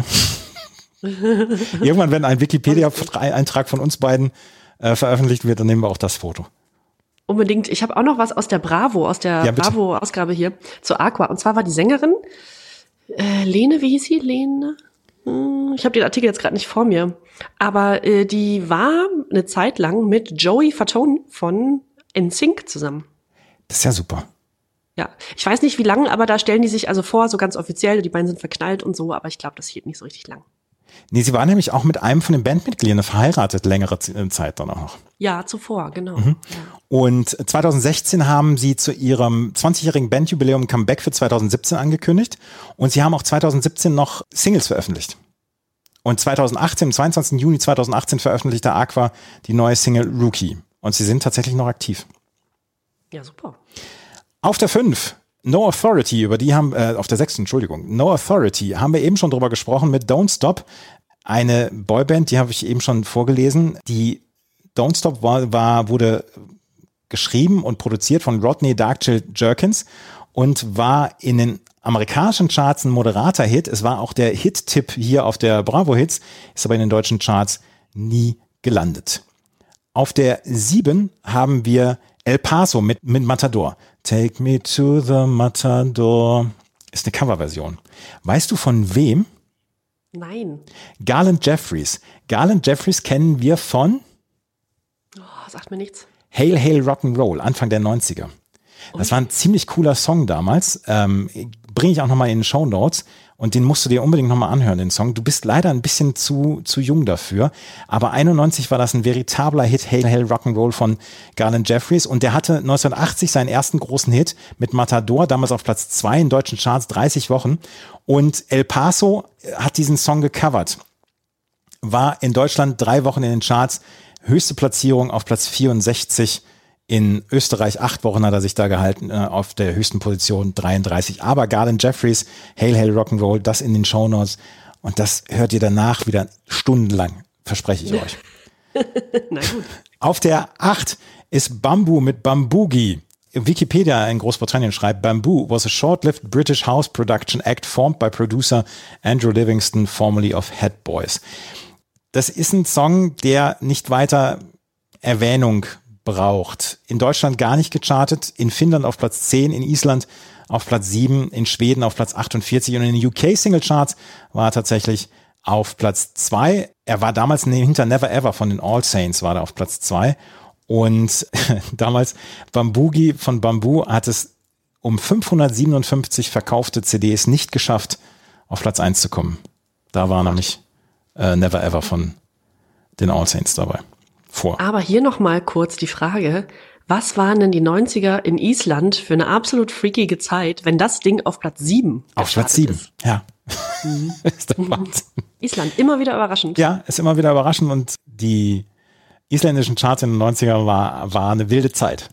Irgendwann, wenn ein Wikipedia-Eintrag von uns beiden äh, veröffentlicht wird, dann nehmen wir auch das Foto. Unbedingt. Ich habe auch noch was aus der Bravo, aus der Ja, bitte. Bravo-Ausgabe hier zu Aqua. Und zwar war die Sängerin äh, Lene, wie hieß sie? Lene? Hm, ich habe den Artikel jetzt gerade nicht vor mir. Aber äh, die war eine Zeit lang mit Joey Fatone von N Sync zusammen. Das ist ja super. Ja, ich weiß nicht wie lang, aber da stellen die sich also vor, so ganz offiziell, die beiden sind verknallt und so, aber ich glaube, das hielt nicht so richtig lang. Nee, sie war nämlich auch mit einem von den Bandmitgliedern verheiratet, längere Z- Zeit dann auch noch. Ja, zuvor, genau. Mhm. Ja. Und zwanzig sechzehn haben sie zu ihrem zwanzigjährigen Bandjubiläum ein Comeback für zwanzig siebzehn angekündigt und sie haben auch zwanzig siebzehn noch Singles veröffentlicht. Und zwanzig achtzehn, am zweiundzwanzigsten Juni zweitausendachtzehn veröffentlichte Aqua die neue Single Rookie. Und sie sind tatsächlich noch aktiv. Ja, super. Auf der fünf, No Authority, über die haben, äh, auf der sechsten, Entschuldigung, No Authority, haben wir eben schon drüber gesprochen mit Don't Stop. Eine Boyband, die habe ich eben schon vorgelesen. Die Don't Stop war, war, wurde geschrieben und produziert von Rodney Darkchill Jerkins und war in den amerikanischen Charts ein moderater Hit. Es war auch der Hit-Tipp hier auf der Bravo Hits, ist aber in den deutschen Charts nie gelandet. Auf der sieben haben wir El Paso mit, mit Matador. Take me to the Matador. Ist eine Coverversion. Weißt du von wem? Nein. Garland Jeffries. Garland Jeffries kennen wir von Oh, sagt mir nichts. Hail Hail Rock'n'Roll, Anfang der neunziger. Das war ein ziemlich cooler Song damals. Ähm, bringe ich auch nochmal in den Shownotes. Und den musst du dir unbedingt nochmal anhören, den Song. Du bist leider ein bisschen zu, zu jung dafür. Aber einundneunzig war das ein veritabler Hit, Hail Hail Rock'n'Roll von Garland Jeffries. Und der hatte neunzehnhundertachtzig seinen ersten großen Hit mit Matador, damals auf Platz zwei in deutschen Charts, dreißig Wochen. Und El Paso hat diesen Song gecovert. War in Deutschland drei Wochen in den Charts. Höchste Platzierung auf Platz vierundsechzig. In Österreich acht Wochen hat er sich da gehalten, äh, auf der höchsten Position dreiunddreißig. Aber Garland Jeffries, Hail Hail Rock'n'Roll, das in den Shownotes. Und das hört ihr danach wieder stundenlang, verspreche ich euch. Na gut. Auf der acht ist Bamboo mit Bamboogie. Wikipedia in Großbritannien schreibt, Bamboo was a short-lived British house production act formed by producer Andrew Livingston, formerly of Head Boys. Das ist ein Song, der nicht weiter Erwähnung braucht. In Deutschland gar nicht gechartet, in Finnland auf Platz zehn, in Island auf Platz sieben, in Schweden auf Platz achtundvierzig und in den U K Single Charts war er tatsächlich auf Platz zwei. Er war damals hinter Never Ever von den All Saints, war er auf Platz zwei. Und damals Bamboogie von Bamboo hat es um fünfhundertsiebenundfünfzig verkaufte C Ds nicht geschafft, auf Platz eins zu kommen. Da war nämlich äh, Never Ever von den All Saints dabei. Vor. Aber hier noch mal kurz die Frage, was waren denn die neunziger in Island für eine absolut freakige Zeit, wenn das Ding auf Platz sieben Auf Platz sieben, ist? ja. Ist der Wahnsinn. Island, immer wieder überraschend. Ja, ist immer wieder überraschend und die isländischen Charts in den neunzigern war, war eine wilde Zeit.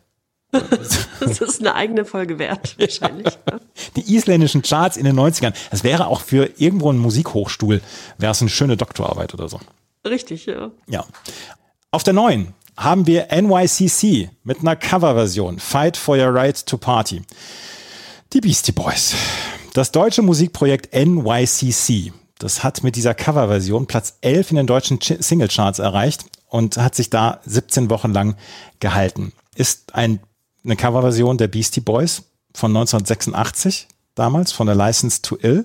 Das ist eine eigene Folge wert, wahrscheinlich. Die isländischen Charts in den neunzigern, das wäre auch für irgendwo einen Musikhochstuhl, wäre es eine schöne Doktorarbeit oder so. Richtig, ja. Ja. Auf der neun haben wir N Y C C mit einer Coverversion, Fight for Your Right to Party. Die Beastie Boys. Das deutsche Musikprojekt N Y C C, das hat mit dieser Coverversion Platz elf in den deutschen Singlecharts erreicht und hat sich da siebzehn Wochen lang gehalten. Ist ein, eine Coverversion der Beastie Boys von neunzehnhundertsechsundachtzig, damals von der License to Ill.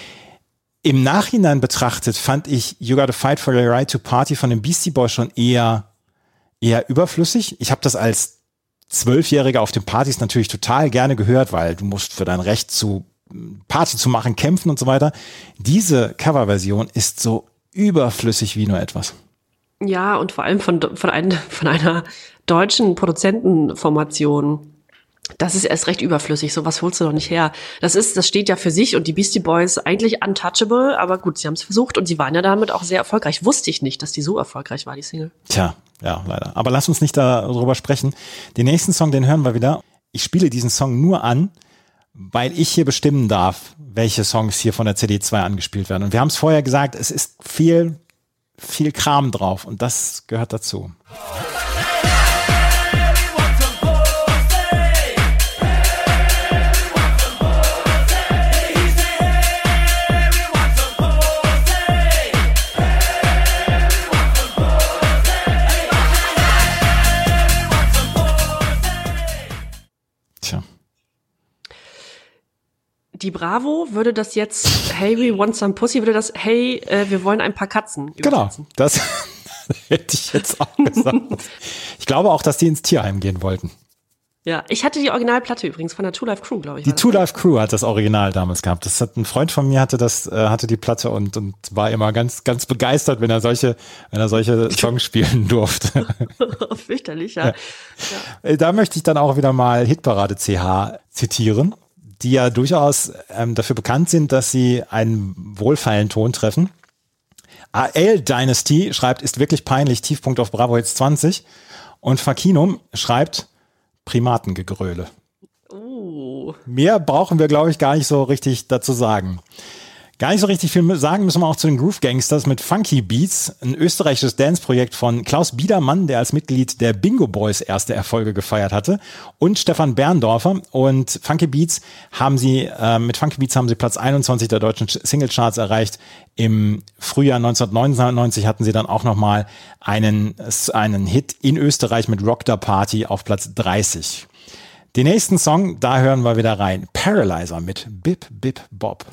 Im Nachhinein betrachtet fand ich You Gotta Fight for Your Right to Party von den Beastie Boys schon eher, eher überflüssig. Ich habe das als Zwölfjähriger auf den Partys natürlich total gerne gehört, weil du musst für dein Recht zu Party zu machen, kämpfen und so weiter. Diese Coverversion ist so überflüssig wie nur etwas. Ja, und vor allem von, von, ein, von einer deutschen Produzentenformation. Das ist erst recht überflüssig, sowas holst du doch nicht her. Das ist, das steht ja für sich und die Beastie Boys eigentlich untouchable, aber gut, sie haben es versucht und sie waren ja damit auch sehr erfolgreich. Wusste ich nicht, dass die so erfolgreich war, die Single. Tja, Ja, leider. Aber lass uns nicht darüber sprechen. Den nächsten Song, den hören wir wieder. Ich spiele diesen Song nur an, weil ich hier bestimmen darf, welche Songs hier von der C D zwei angespielt werden. Und wir haben es vorher gesagt, es ist viel, viel Kram drauf und das gehört dazu. Die Bravo würde das jetzt, hey, we want some pussy, würde das, hey, äh, wir wollen ein paar Katzen übersetzen. Genau, das hätte ich jetzt auch gesagt. Ich glaube auch, dass die ins Tierheim gehen wollten. Ja, ich hatte die Originalplatte übrigens von der Two Life Crew, glaube ich. Die Two Life Crew hat das Original damals gehabt. Das hat ein Freund von mir hatte das, äh, hatte die Platte und, und war immer ganz, ganz begeistert, wenn er solche, wenn er solche Songs spielen durfte. Fürchterlich, ja. ja. Da möchte ich dann auch wieder mal Hitparade C H zitieren, die ja durchaus ähm, dafür bekannt sind, dass sie einen wohlfeilen Ton treffen. A L Dynasty schreibt, ist wirklich peinlich, Tiefpunkt auf Bravo Hits zwanzig. Und Fakinum schreibt, Primatengegröle. Uh. Mehr brauchen wir, glaube ich, gar nicht so richtig dazu sagen. Gar nicht so richtig viel sagen müssen wir auch zu den Groove Gangsters mit Funky Beats, ein österreichisches Dance-Projekt von Klaus Biedermann, der als Mitglied der Bingo Boys erste Erfolge gefeiert hatte, und Stefan Berndorfer. Und Funky Beats haben sie, äh, mit Funky Beats haben sie Platz einundzwanzig der deutschen Singlecharts erreicht. Im Frühjahr neunzehnhundertneunundneunzig hatten sie dann auch nochmal einen, einen Hit in Österreich mit Rock Da Party auf Platz dreißig. Den nächsten Song, da hören wir wieder rein. Paralyzer mit Bip Bip Bob.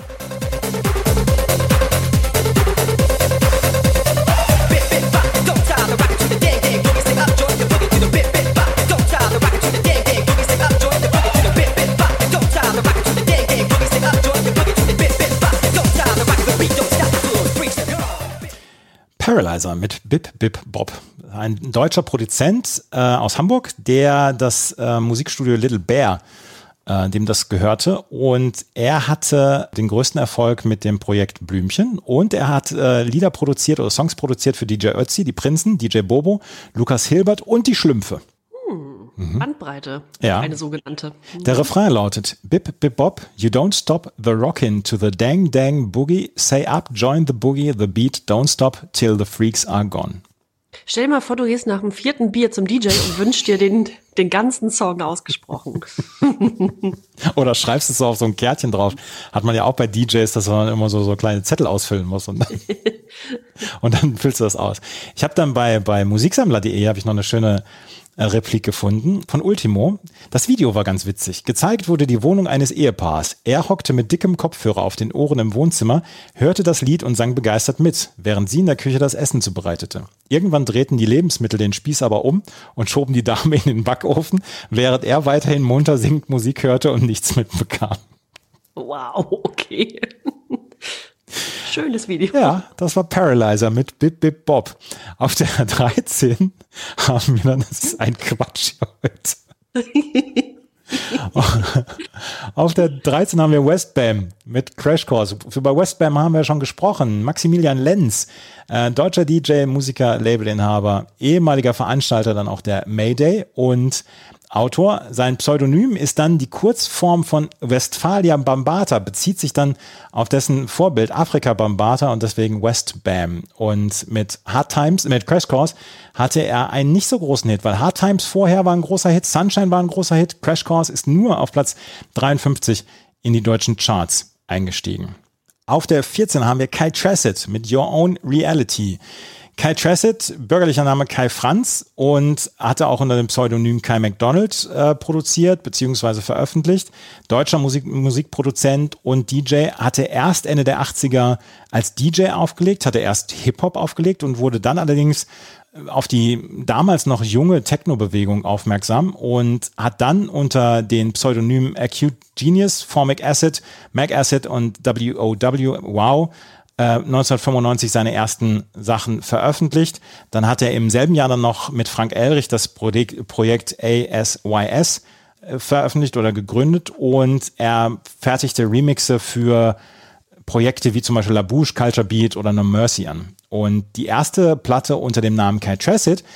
Paralyzer mit Bip Bip Bob. Ein deutscher Produzent äh, aus Hamburg, der das äh, Musikstudio Little Bear, äh, dem das gehörte. Und er hatte den größten Erfolg mit dem Projekt Blümchen. Und er hat äh, Lieder produziert oder Songs produziert für D J Ötzi, die Prinzen, D J Bobo, Lukas Hilbert und die Schlümpfe. Mhm. Bandbreite, ja. Eine sogenannte. Der Refrain lautet, Bip, Bip, Bob, you don't stop the rockin' to the dang, dang boogie, say up, join the boogie, the beat, don't stop till the freaks are gone. Stell dir mal vor, du gehst nach dem vierten Bier zum D J und wünschst dir den, den ganzen Song ausgesprochen. Oder schreibst es so auf so ein Kärtchen drauf. Hat man ja auch bei D Js, dass man immer so, so kleine Zettel ausfüllen muss und dann, und dann füllst du das aus. Ich habe dann bei, bei musiksammler punkt de habe ich noch eine schöne Replik gefunden von Ultimo. Das Video war ganz witzig. Gezeigt wurde die Wohnung eines Ehepaars. Er hockte mit dickem Kopfhörer auf den Ohren im Wohnzimmer, hörte das Lied und sang begeistert mit, während sie in der Küche das Essen zubereitete. Irgendwann drehten die Lebensmittel den Spieß aber um und schoben die Dame in den Backofen, während er weiterhin munter singend Musik hörte und nichts mitbekam. Wow, okay. Schönes Video. Ja, das war Paralyzer mit Bip Bip Bob. Auf der dreizehn haben wir dann, das ist ein Quatsch heute. Auf der dreizehn haben wir Westbam mit Crash Course. Über Westbam haben wir schon gesprochen. Maximilian Lenz, äh, deutscher D J, Musiker, Labelinhaber, ehemaliger Veranstalter dann auch der Mayday und Autor. Sein Pseudonym ist dann die Kurzform von Westfalia Bambata, bezieht sich dann auf dessen Vorbild Afrika Bambata und deswegen Westbam. Und mit Hard Times, mit Crash Course hatte er einen nicht so großen Hit, weil Hard Times vorher war ein großer Hit, Sunshine war ein großer Hit, Crash Course ist nur auf Platz dreiundfünfzig in die deutschen Charts eingestiegen. Auf der vierzehn haben wir Kai Tracid mit Your Own Reality. Kai Tracid, bürgerlicher Name Kai Franz und hatte auch unter dem Pseudonym Kai McDonald äh, produziert bzw. veröffentlicht. Deutscher Musik, Musikproduzent und D J, hatte erst Ende der achtziger als D J aufgelegt, hatte erst Hip-Hop aufgelegt und wurde dann allerdings auf die damals noch junge Techno-Bewegung aufmerksam und hat dann unter den Pseudonymen Acute Genius, Formic Acid, Mac Acid und W O W, wow, neunzehnhundertfünfundneunzig seine ersten Sachen veröffentlicht. Dann hat er im selben Jahr dann noch mit Frank Elrich das Projekt A S Y S veröffentlicht oder gegründet und er fertigte Remixe für Projekte wie zum Beispiel La Bouche, Culture Beat oder No Mercy an. Und die erste Platte unter dem Namen Kai Tracid,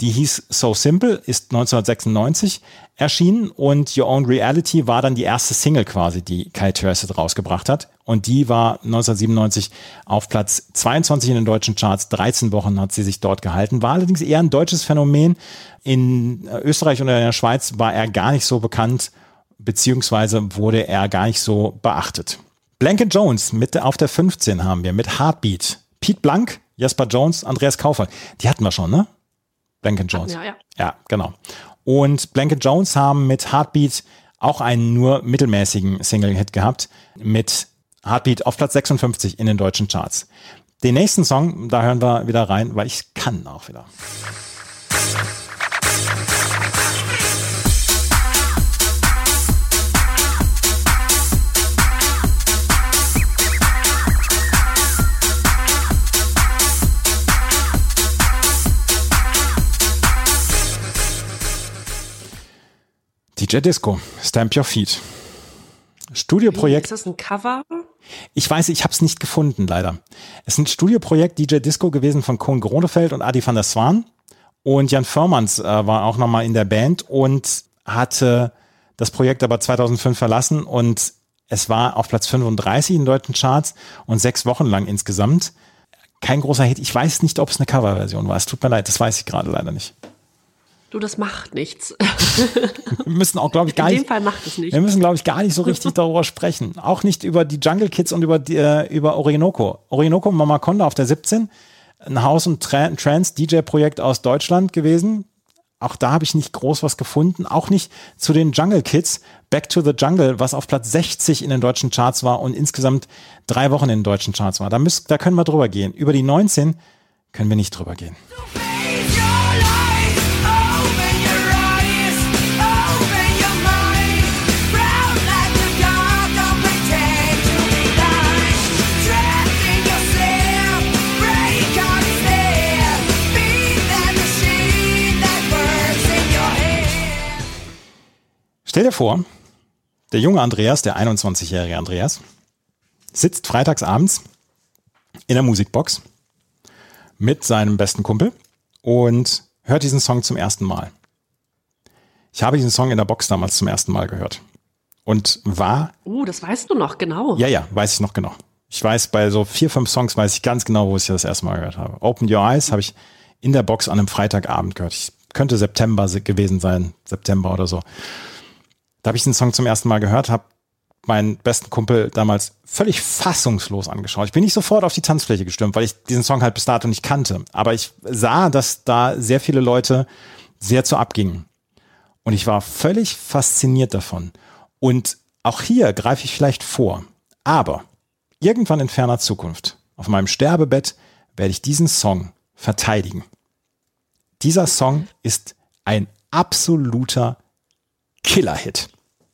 Die hieß So Simple, ist neunzehnhundertsechsundneunzig erschienen und Your Own Reality war dann die erste Single quasi, die Kyle Turset rausgebracht hat. Und die war neunzehnhundertsiebenundneunzig auf Platz zweiundzwanzig in den deutschen Charts. dreizehn Wochen hat sie sich dort gehalten. War allerdings eher ein deutsches Phänomen. In Österreich und in der Schweiz war er gar nicht so bekannt, beziehungsweise wurde er gar nicht so beachtet. Blanket Jones mit auf der fünfzehn haben wir mit Heartbeat. Pete Blank, Jesper Jones, Andreas Kaufmann. Die hatten wir schon, ne? Blanket Jones. Ja, ja. Ja, genau. Und Blanket Jones haben mit Heartbeat auch einen nur mittelmäßigen Single-Hit gehabt, mit Heartbeat auf Platz sechsundfünfzig in den deutschen Charts. Den nächsten Song, da hören wir wieder rein, weil ich kann auch wieder. D J Disco, Stamp Your Feet. Studioprojekt. Ist das ein Cover? Ich weiß, ich habe es nicht gefunden, leider. Es ist ein Studioprojekt D J Disco gewesen von Koen Gronefeld und Adi van der Zwaan. Und Jan Förmans äh, war auch nochmal in der Band und hatte das Projekt aber zweitausendfünf verlassen und es war auf Platz fünfunddreißig in den deutschen Charts und sechs Wochen lang insgesamt. Kein großer Hit. Ich weiß nicht, ob es eine Coverversion war. Es tut mir leid, das weiß ich gerade leider nicht. Du, das macht nichts. Wir müssen auch, glaube ich, gar In nicht. dem Fall macht es nicht. Wir müssen, glaube ich, gar nicht so richtig darüber sprechen. Auch nicht über die Jungle Kids und über die, äh, über Orinoco. Orinoco Mama Conda auf der siebzehn. Ein House- und Tra- Trance-D J-Projekt aus Deutschland gewesen. Auch da habe ich nicht groß was gefunden. Auch nicht zu den Jungle Kids. Back to the Jungle, was auf Platz sechzig in den deutschen Charts war und insgesamt drei Wochen in den deutschen Charts war. Da, müssen, da können wir drüber gehen. Über die neunzehn können wir nicht drüber gehen. Stell dir vor, der junge Andreas, der einundzwanzigjährige Andreas, sitzt freitags abends in der Musikbox mit seinem besten Kumpel und hört diesen Song zum ersten Mal. Ich habe diesen Song in der Box damals zum ersten Mal gehört und war... Uh, das weißt du noch genau. Ja, ja, weiß ich noch genau. Ich weiß, bei so vier, fünf Songs weiß ich ganz genau, wo ich das erste Mal gehört habe. Open Your Eyes habe ich in der Box an einem Freitagabend gehört. Ich könnte September gewesen sein, September oder so. Da habe ich den Song zum ersten Mal gehört, habe meinen besten Kumpel damals völlig fassungslos angeschaut. Ich bin nicht sofort auf die Tanzfläche gestürmt, weil ich diesen Song halt bis dato nicht kannte. Aber ich sah, dass da sehr viele Leute sehr zu abgingen. Und ich war völlig fasziniert davon. Und auch hier greife ich vielleicht vor. Aber irgendwann in ferner Zukunft, auf meinem Sterbebett, werde ich diesen Song verteidigen. Dieser Song ist ein absoluter Killer-Hit.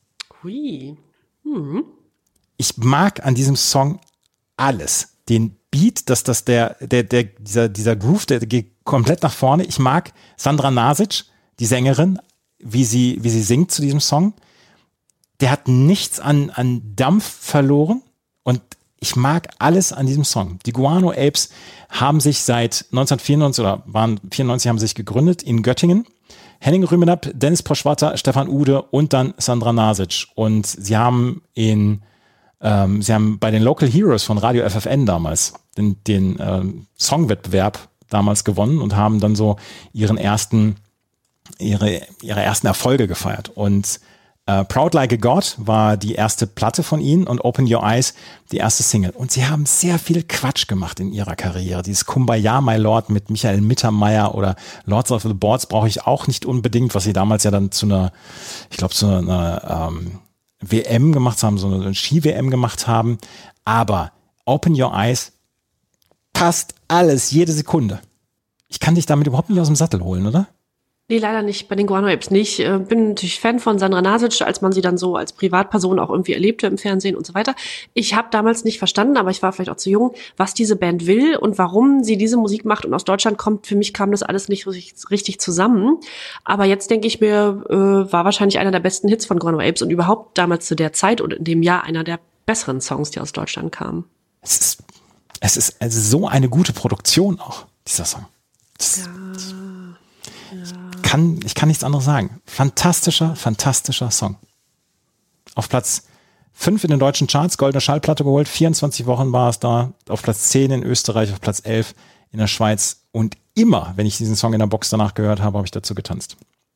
Hui. Hm. Ich mag an diesem Song alles. Den Beat, dass das der, der, der, dieser, dieser Groove, der geht komplett nach vorne. Ich mag Sandra Nasic, die Sängerin, wie sie, wie sie singt zu diesem Song. Der hat nichts an, an Dampf verloren und ich mag alles an diesem Song. Die Guano Apes haben sich seit neunzehnhundertvierundneunzig oder waren vierundneunzig haben sich gegründet in Göttingen. Henning Rümenab, Dennis Poschwatter, Stefan Ude und dann Sandra Nasic. Und sie haben in, ähm, sie haben bei den Local Heroes von Radio F F N damals den, den ähm, Songwettbewerb damals gewonnen und haben dann so ihren ersten, ihre, ihre ersten Erfolge gefeiert. Und Uh, Proud Like a God war die erste Platte von ihnen und Open Your Eyes die erste Single. Und sie haben sehr viel Quatsch gemacht in ihrer Karriere. Dieses Kumbaya, My Lord mit Michael Mittermeier oder Lords of the Boards brauche ich auch nicht unbedingt, was sie damals ja dann zu einer, ich glaube, zu einer ähm, W M gemacht haben, so eine Ski-W M gemacht haben. Aber Open Your Eyes passt alles, jede Sekunde. Ich kann dich damit überhaupt nicht aus dem Sattel holen, oder? Nee, leider nicht. Bei den Guano Apes nicht. Äh, bin natürlich Fan von Sandra Nasic, als man sie dann so als Privatperson auch irgendwie erlebte im Fernsehen und so weiter. Ich habe damals nicht verstanden, aber ich war vielleicht auch zu jung, was diese Band will und warum sie diese Musik macht und aus Deutschland kommt. Für mich kam das alles nicht richtig zusammen. Aber jetzt denke ich mir, äh, war wahrscheinlich einer der besten Hits von Guano Apes und überhaupt damals zu der Zeit und in dem Jahr einer der besseren Songs, die aus Deutschland kamen. Es ist, es ist, es ist so eine gute Produktion auch, dieser Song. Das, Ja. Kann, ich kann nichts anderes sagen. Fantastischer, fantastischer Song. Auf Platz fünf in den deutschen Charts, goldene Schallplatte geholt, vierundzwanzig Wochen war es da, auf Platz zehn in Österreich, auf Platz elf in der Schweiz und immer, wenn ich diesen Song in der Box danach gehört habe, habe ich dazu getanzt.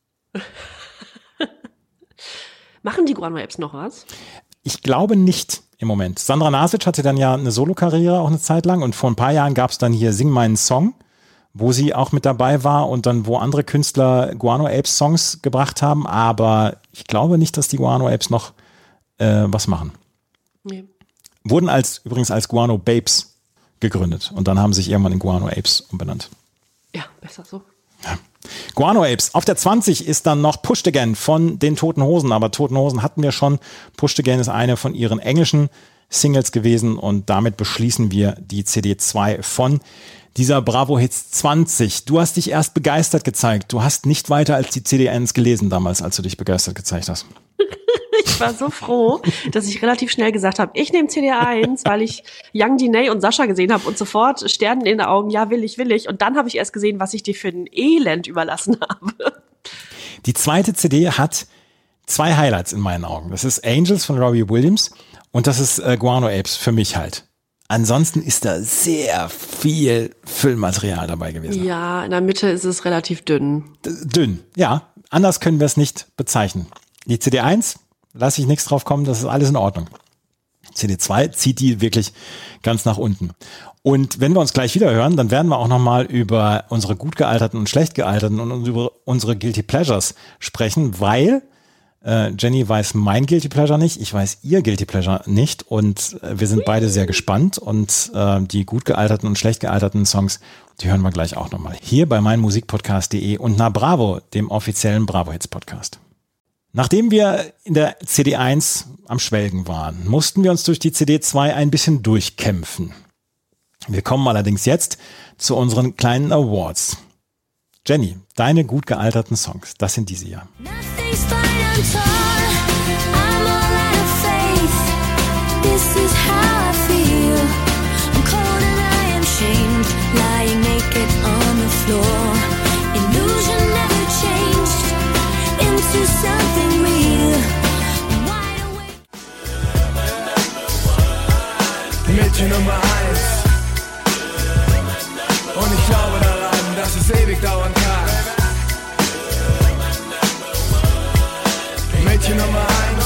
Machen die Guano Apes noch was? Ich glaube nicht im Moment. Sandra Nasic hatte dann ja eine Solokarriere auch eine Zeit lang und vor ein paar Jahren gab es dann hier Sing meinen Song, wo sie auch mit dabei war und dann wo andere Künstler Guano Apes Songs gebracht haben, aber ich glaube nicht, dass die Guano Apes noch äh, was machen. Nee. Wurden als übrigens als Guano Babes gegründet und dann haben sich irgendwann in Guano Apes umbenannt. Ja, besser so. Ja. Guano Apes. Auf der zwanzig ist dann noch Pushed Again von den Toten Hosen, aber Toten Hosen hatten wir schon. Pushed Again ist eine von ihren englischen Singles gewesen und damit beschließen wir die C D zwei von dieser Bravo Hits zwanzig. Du hast dich erst begeistert gezeigt. Du hast nicht weiter als die C D eins gelesen damals, als du dich begeistert gezeigt hast. Ich war so froh, dass ich relativ schnell gesagt habe, ich nehme C D eins, weil ich Young Diney und Sascha gesehen habe und sofort Sternen in den Augen, ja will ich, will ich. Und dann habe ich erst gesehen, was ich dir für ein Elend überlassen habe. Die zweite C D hat zwei Highlights in meinen Augen. Das ist Angels von Robbie Williams und das ist äh, Guano Apes für mich halt. Ansonsten ist da sehr viel Füllmaterial dabei gewesen. Ja, in der Mitte ist es relativ dünn. D- dünn, ja. Anders können wir es nicht bezeichnen. Die C D eins, lasse ich nichts drauf kommen, das ist alles in Ordnung. C D zwei zieht die wirklich ganz nach unten. Und wenn wir uns gleich wieder hören, dann werden wir auch nochmal über unsere gut gealterten und schlecht gealterten und über unsere Guilty Pleasures sprechen, weil äh, Jenny weiß mein Guilty Pleasure nicht, ich weiß ihr Guilty Pleasure nicht und äh, wir sind beide sehr gespannt und äh, die gut gealterten und schlecht gealterten Songs, die hören wir gleich auch nochmal. Hier bei meinmusikpodcast punkt de und na Bravo, dem offiziellen Bravo Hits Podcast. Nachdem wir in der C D eins am Schwelgen waren, mussten wir uns durch die C D zwei ein bisschen durchkämpfen. Wir kommen allerdings jetzt zu unseren kleinen Awards. Jenny, deine gut gealterten Songs, das sind diese hier. Nothing's fine, I'm torn. I'm all out of faith. This is how I feel. I'm cold and I am shamed. Lying naked on the floor. Illusion never changed into something real. I'm wide awake. Mädchen Nummer eins. Und ich glaube daran, dass es ewig dauern kann. Mädchen Nummer eins.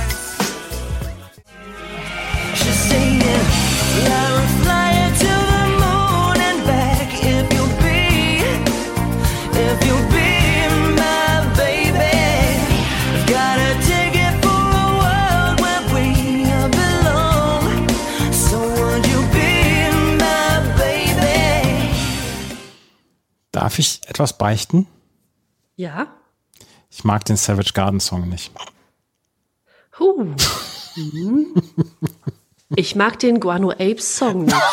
She's singing, "You're a flyer to the moon and back. If you'll be, if you'll be my baby. Got a ticket for a world where we belong. So would you be my baby?" Darf ich etwas beichten? Ja. Ich mag den Savage Garden Song nicht. Huh. Mhm. Ich mag den Guano Apes Song nicht.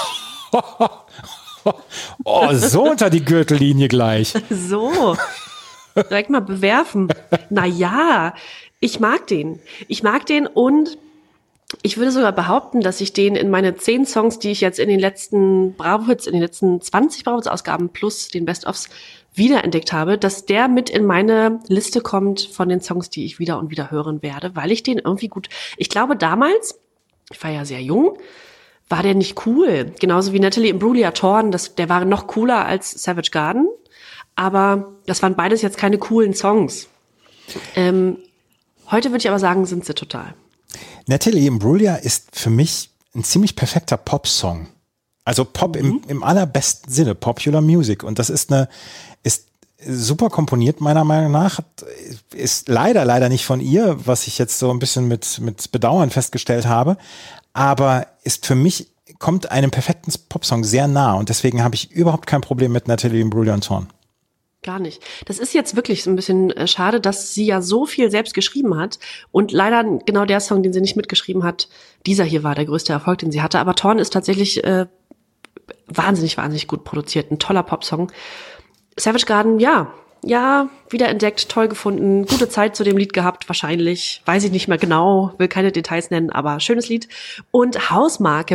Oh, so unter die Gürtellinie gleich. So. Direkt mal bewerfen. Naja, ich mag den. Ich mag den und ich würde sogar behaupten, dass ich den in meine zehn Songs, die ich jetzt in den letzten Bravo-Hits, in den letzten zwanzig Bravo-Hits-Ausgaben plus den Best-ofs wiederentdeckt habe, dass der mit in meine Liste kommt von den Songs, die ich wieder und wieder hören werde, weil ich den irgendwie gut, ich glaube damals, ich war ja sehr jung, war der nicht cool. Genauso wie Natalie Imbruglia Torn, das, der war noch cooler als Savage Garden, aber das waren beides jetzt keine coolen Songs. Ähm, heute würde ich aber sagen, sind sie total. Natalie Imbruglia ist für mich ein ziemlich perfekter Pop-Song. Also Pop mhm. im, im allerbesten Sinne, Popular Music. Und das ist eine, ist super komponiert meiner Meinung nach. Ist leider, leider nicht von ihr, was ich jetzt so ein bisschen mit, mit Bedauern festgestellt habe. Aber ist für mich, kommt einem perfekten Popsong sehr nah. Und deswegen habe ich überhaupt kein Problem mit Natalie Imbruglia und Torn. Gar nicht. Das ist jetzt wirklich so ein bisschen äh, schade, dass sie ja so viel selbst geschrieben hat und leider genau der Song, den sie nicht mitgeschrieben hat, dieser hier war der größte Erfolg, den sie hatte. Aber Torn ist tatsächlich äh, wahnsinnig, wahnsinnig gut produziert. Ein toller Popsong. Savage Garden, ja, ja, wiederentdeckt, toll gefunden, gute Zeit zu dem Lied gehabt, wahrscheinlich. Weiß ich nicht mehr genau, will keine Details nennen, aber schönes Lied. Und Hausmarke.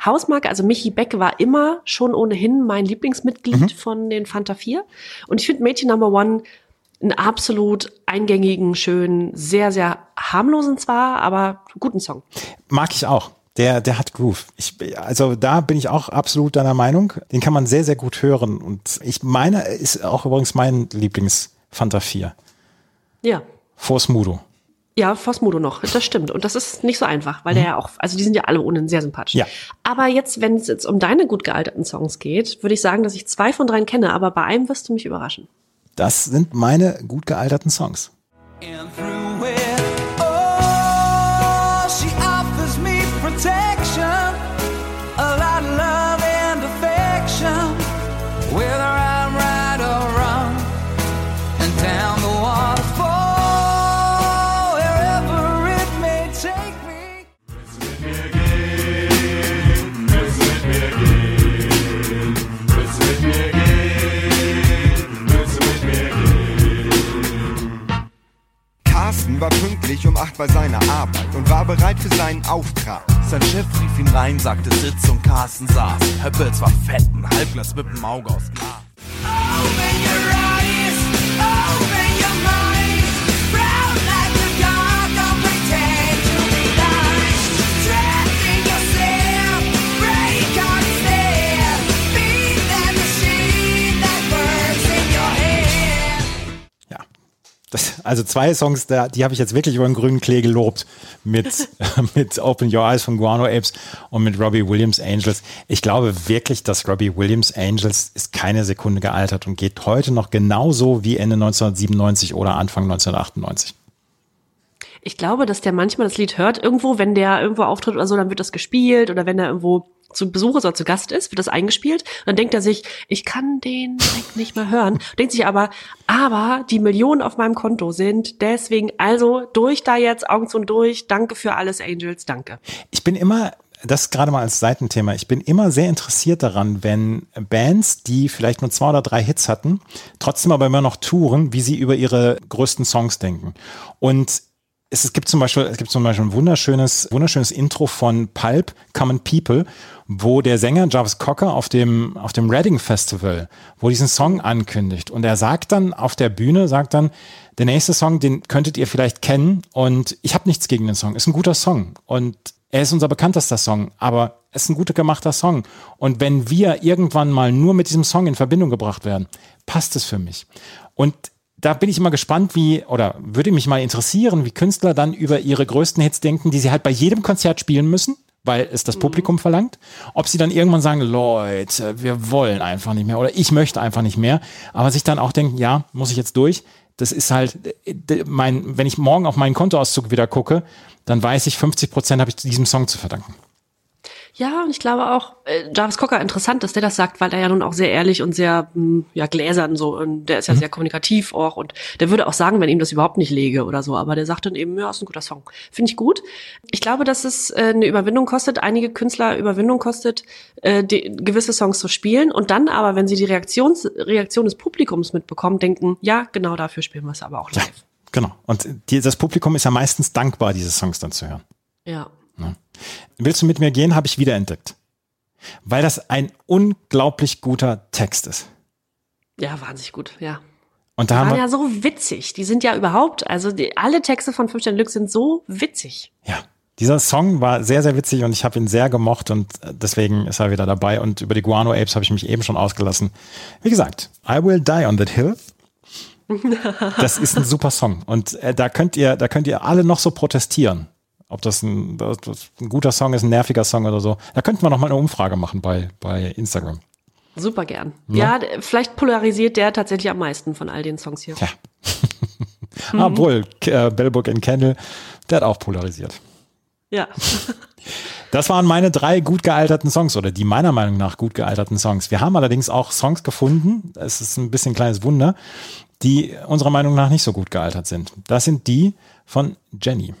Hausmarke, also Michi Beck war immer schon ohnehin mein Lieblingsmitglied Mhm. von den Fanta vier. Und ich finde Mädchen Number One einen absolut eingängigen, schönen, sehr, sehr harmlosen zwar, aber guten Song. Mag ich auch. Der, der hat Groove. Ich, also da bin ich auch absolut deiner Meinung. Den kann man sehr, sehr gut hören. Und ich meine, ist auch übrigens mein Lieblings-Fanta vier. Ja. Vor Smudo. Ja, Fosmudo noch, das stimmt. Und das ist nicht so einfach, weil der ja auch, also die sind ja alle ohnehin sehr sympathisch. Ja. Aber jetzt, wenn es jetzt um deine gut gealterten Songs geht, würde ich sagen, dass ich zwei von dreien kenne, aber bei einem wirst du mich überraschen. Das sind meine gut gealterten Songs. And through it, oh, she offers me protection, a lot of love and affection, whether I'm right or wrong, and down the waterfall, wherever it may take me. Carsten war pünktlich um acht bei seiner Arbeit und war bereit für seinen Auftrag. Sein Chef rief ihn rein, sagte Sitz und Carsten saß. Herr Pölz war fett, ein Halbglas mit dem Auge aus Glas. Open your eyes, open your mind, proud like a god, don't pretend to be nice. Trapped in yourself, break on stare, be that machine that burns in your head. Ja. Das, also zwei Songs, da, die habe ich jetzt wirklich über den grünen Klee gelobt. Mit, mit Open Your Eyes von Guano Apes und mit Robbie Williams Angels. Ich glaube wirklich, dass Robbie Williams Angels ist keine Sekunde gealtert und geht heute noch genauso wie Ende neunzehnhundertsiebenundneunzig oder Anfang neunzehnhundertachtundneunzig. Ich glaube, dass der manchmal das Lied hört irgendwo, wenn der irgendwo auftritt oder so, dann wird das gespielt oder wenn er irgendwo zu Besuch ist oder zu Gast ist, wird das eingespielt. Und dann denkt er sich, ich kann den direkt nicht mehr hören. Denkt sich aber, aber die Millionen auf meinem Konto sind deswegen, also durch da jetzt, Augen zu und durch, danke für alles, Angels, danke. Ich bin immer, das gerade mal als Seitenthema, ich bin immer sehr interessiert daran, wenn Bands, die vielleicht nur zwei oder drei Hits hatten, trotzdem aber immer noch touren, wie sie über ihre größten Songs denken. Und es, es gibt zum Beispiel, es gibt zum Beispiel ein wunderschönes, wunderschönes Intro von Pulp, Common People, wo der Sänger Jarvis Cocker auf dem, auf dem Reading Festival, wo diesen Song ankündigt. Und er sagt dann auf der Bühne, sagt dann, der nächste Song, den könntet ihr vielleicht kennen und ich habe nichts gegen den Song. Ist ein guter Song und er ist unser bekanntester Song, aber es ist ein guter gemachter Song. Und wenn wir irgendwann mal nur mit diesem Song in Verbindung gebracht werden, passt es für mich. Und da bin ich immer gespannt, wie, oder würde mich mal interessieren, wie Künstler dann über ihre größten Hits denken, die sie halt bei jedem Konzert spielen müssen, weil es das Publikum verlangt. Ob sie dann irgendwann sagen, Leute, wir wollen einfach nicht mehr oder ich möchte einfach nicht mehr, aber sich dann auch denken, ja, muss ich jetzt durch. Das ist halt, mein, wenn ich morgen auf meinen Kontoauszug wieder gucke, dann weiß ich, fünfzig Prozent habe ich diesem Song zu verdanken. Ja, und ich glaube auch, äh, Jarvis Cocker interessant, dass der das sagt, weil er ja nun auch sehr ehrlich und sehr mh, ja gläsern so, und der ist ja mhm. sehr kommunikativ auch und der würde auch sagen, wenn ihm das überhaupt nicht läge oder so, aber der sagt dann eben, ja, ist ein guter Song. Finde ich gut. Ich glaube, dass es äh, eine Überwindung kostet, einige Künstler Überwindung kostet, äh, die, gewisse Songs zu spielen und dann aber, wenn sie die Reaktions, Reaktion des Publikums mitbekommen, denken, ja, genau dafür spielen wir es aber auch live. Ja, genau. Und die, das Publikum ist ja meistens dankbar, diese Songs dann zu hören. Ja. Ja. Willst du mit mir gehen, habe ich wiederentdeckt. Weil das ein unglaublich guter Text ist. Ja, wahnsinnig gut, ja. Und da Die haben waren wir, ja so witzig. Die sind ja überhaupt, also die, alle Texte von Fünf Sterne Deluxe sind so witzig. ja, dieser Song war sehr, sehr witzig und ich habe ihn sehr gemocht und deswegen ist er wieder dabei. Und über die Guano Apes habe ich mich eben schon ausgelassen. Wie gesagt, I Will Die on That Hill. Das ist ein super Song. Und äh, da könnt ihr, da könnt ihr alle noch so protestieren. Ob das ein, das ein guter Song ist, ein nerviger Song oder so. Da könnten wir noch mal eine Umfrage machen bei, bei Instagram. Super gern. Ja. Ja, d- vielleicht polarisiert der tatsächlich am meisten von all den Songs hier. Ja. Obwohl, äh, Bellbook and Candle, der hat auch polarisiert. Ja. Das waren meine drei gut gealterten Songs oder die meiner Meinung nach gut gealterten Songs. Wir haben allerdings auch Songs gefunden, es ist ein bisschen ein kleines Wunder, die unserer Meinung nach nicht so gut gealtert sind. Das sind die von Jenny.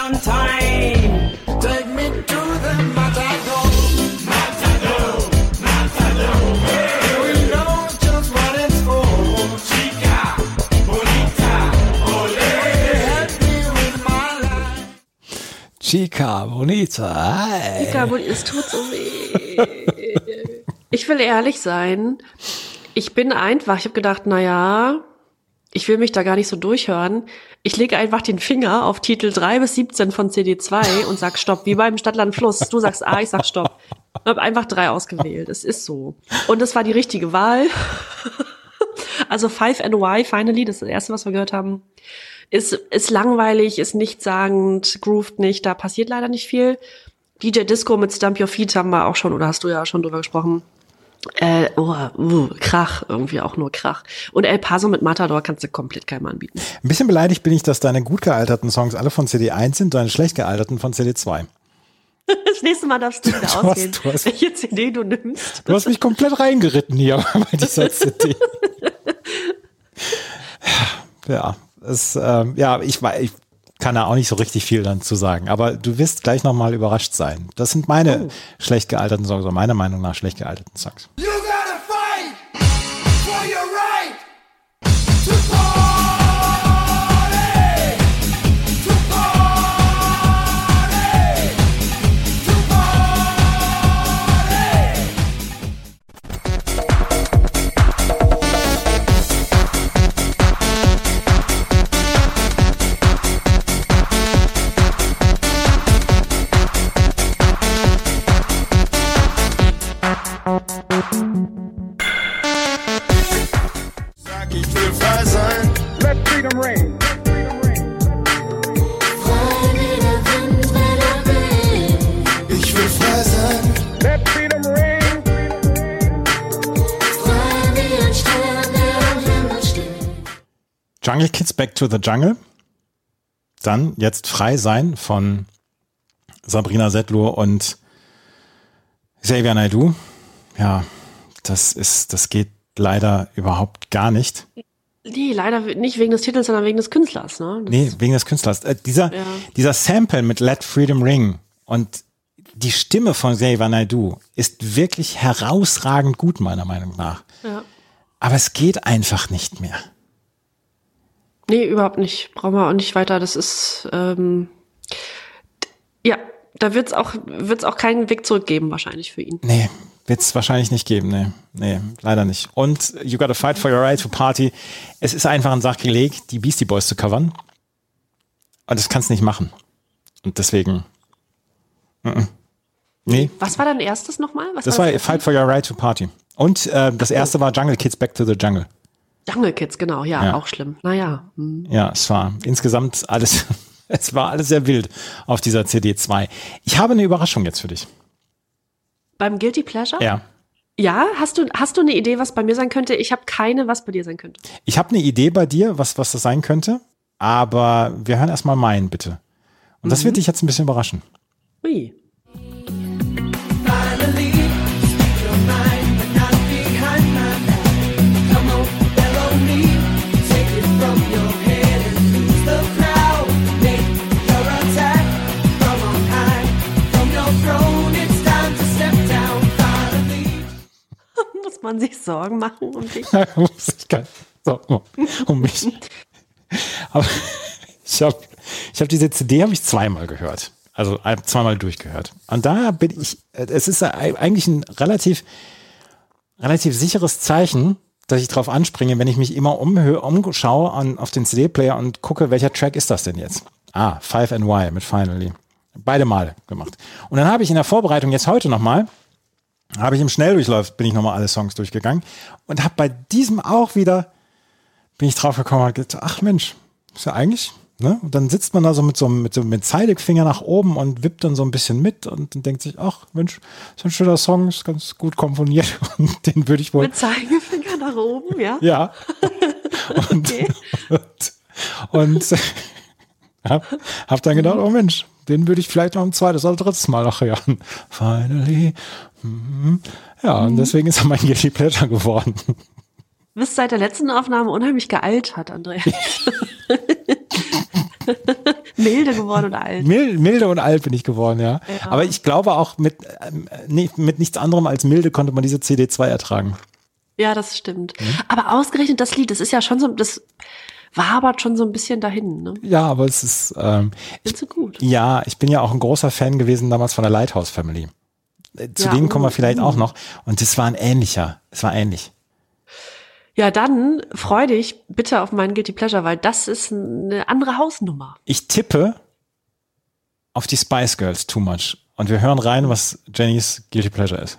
on time. Take me to the Matador. Matador, Matador. Hey, we know just what it's for. Chica, bonita, ole. Help me with my life. Chica Bonita. Hi. Chica Bonita, es tut so weh. Ich will ehrlich sein. Ich bin einfach, ich habe gedacht, na ja, ich will mich da gar nicht so durchhören. Ich lege einfach den Finger auf Titel drei bis siebzehn von C D zwei und sag Stopp, wie beim Stadtland Fluss. Du sagst A, ich sag Stopp. Ich habe einfach drei ausgewählt. Es ist so. Und das war die richtige Wahl. Also Five and Y, Finally, das ist das erste, was wir gehört haben. Ist, ist langweilig, ist nichtssagend, groovt nicht, da passiert leider nicht viel. D J Disco mit Stump Your Feet haben wir auch schon, oder hast du ja schon drüber gesprochen. Äh, oh, uh, Krach, irgendwie auch nur Krach. Und El Paso mit Matador kannst du komplett keinem anbieten. Ein bisschen beleidigt bin ich, dass deine gut gealterten Songs alle von C D eins sind, deine schlecht gealterten von C D zwei. Das nächste Mal darfst du wieder Du hast- auswählen, du hast- welche C D du nimmst. Du hast mich komplett reingeritten hier bei dieser C D. Ja, es, ähm, ja, ich, wei- ich kann da auch nicht so richtig viel dann zu sagen, aber du wirst gleich nochmal überrascht sein. Das sind meine schlecht gealterten Songs, oder meiner Meinung nach schlecht gealterten Songs. You gotta fight for your right to party, to party, to Sag, ich will frei sein. Let freedom ring. Ich will frei sein. Let freedom ring. Jungle Kids Back to the Jungle. Dann jetzt Frei sein von Sabrina Setlur und Xavier Naidoo. Ja, das ist, das geht leider überhaupt gar nicht. Nee, leider nicht wegen des Titels, sondern wegen des Künstlers, ne? Das Nee, wegen des Künstlers. Äh, dieser, Ja. dieser Sample mit Let Freedom Ring und die Stimme von Xavier Naidoo ist wirklich herausragend gut, meiner Meinung nach. Ja. Aber es geht einfach nicht mehr. Nee, überhaupt nicht. Brauchen wir auch nicht weiter. Das ist, ähm, ja, da wird's auch, wird's auch keinen Weg zurück geben, wahrscheinlich für ihn. Nee, wird es wahrscheinlich nicht geben. Nee, nee, leider nicht. Und You Gotta Fight for Your Right to Party. Es ist einfach ein Sakrileg, die Beastie Boys zu covern. Und das kannst du nicht machen. Und deswegen, mm-mm. nee. Was war dein erstes nochmal? Was Das war war das Fight for Your Right to Party. Und äh, das erste war Jungle Kids Back to the Jungle. Jungle Kids, genau. Ja, Ja. auch schlimm. Naja. Hm. Ja, es war insgesamt alles, es war alles sehr wild auf dieser C D zwei. Ich habe eine Überraschung jetzt für dich. Beim Guilty Pleasure? Ja. Ja, hast du, hast du eine Idee, was bei mir sein könnte? Ich habe keine, was bei dir sein könnte. Ich habe eine Idee bei dir, was, was das sein könnte, aber wir hören erstmal meinen, bitte. Und das wird dich jetzt ein bisschen überraschen. Ui. finally speak your mind, but not behind my back. Come on, follow me, take it from your head and lose the crowd. Make your attack from on high, from your throne. It's time to step down, finally. Muss man sich Sorgen machen um dich? Muss ich gar nicht Sorgen um mich. Aber ich habe ich hab diese C D habe ich zweimal gehört. Also zweimal durchgehört. Und da bin ich, es ist eigentlich ein relativ, relativ sicheres Zeichen, dass ich drauf anspringe, wenn ich mich immer umhö- umschaue an, auf den C D-Player und gucke, welcher Track ist das denn jetzt? Ah, Five and Y mit Finally. Beide Male gemacht. Und dann habe ich in der Vorbereitung jetzt heute nochmal, habe ich im Schnelldurchlauf, bin ich nochmal alle Songs durchgegangen und habe bei diesem auch wieder, bin ich drauf gekommen und gedacht, ach Mensch, ist ja eigentlich, ne? Und dann sitzt man da so mit so einem mit, so mit Zeigefinger nach oben und wippt dann so ein bisschen mit und dann denkt sich, ach Mensch, ist ein schöner Song, ist ganz gut komponiert und den würde ich wohl, Mit Zeigefinger nach oben, ja? ja. Und, Okay. und, und hab, hab dann gedacht, oh Mensch, den würde ich vielleicht noch ein zweites oder drittes Mal noch hören. Finally. Mhm. Ja, und deswegen ist er mein Guilty Pleasure geworden. Du bist seit der letzten Aufnahme unheimlich gealtert, Andreas. Milde geworden oder alt. Mil- milde und alt bin ich geworden, ja. Ja. Aber ich glaube auch mit, ähm, nee, mit nichts anderem als milde konnte man diese C D zwei ertragen. Ja, das stimmt. Aber ausgerechnet das Lied, das ist ja schon so, das wabert schon so ein bisschen dahin, ne? Ja, aber es ist, ähm, Findest du gut? ja, ich bin ja auch ein großer Fan gewesen damals von der Lighthouse Family. Äh, Zu Ja, denen kommen wir uh, vielleicht uh. auch noch. Und das war ein ähnlicher. Es war ähnlich. Ja, dann freu dich bitte auf meinen Guilty Pleasure, weil das ist eine andere Hausnummer. Ich tippe auf die Spice Girls Too Much. Und wir hören rein, was Jennys Guilty Pleasure ist.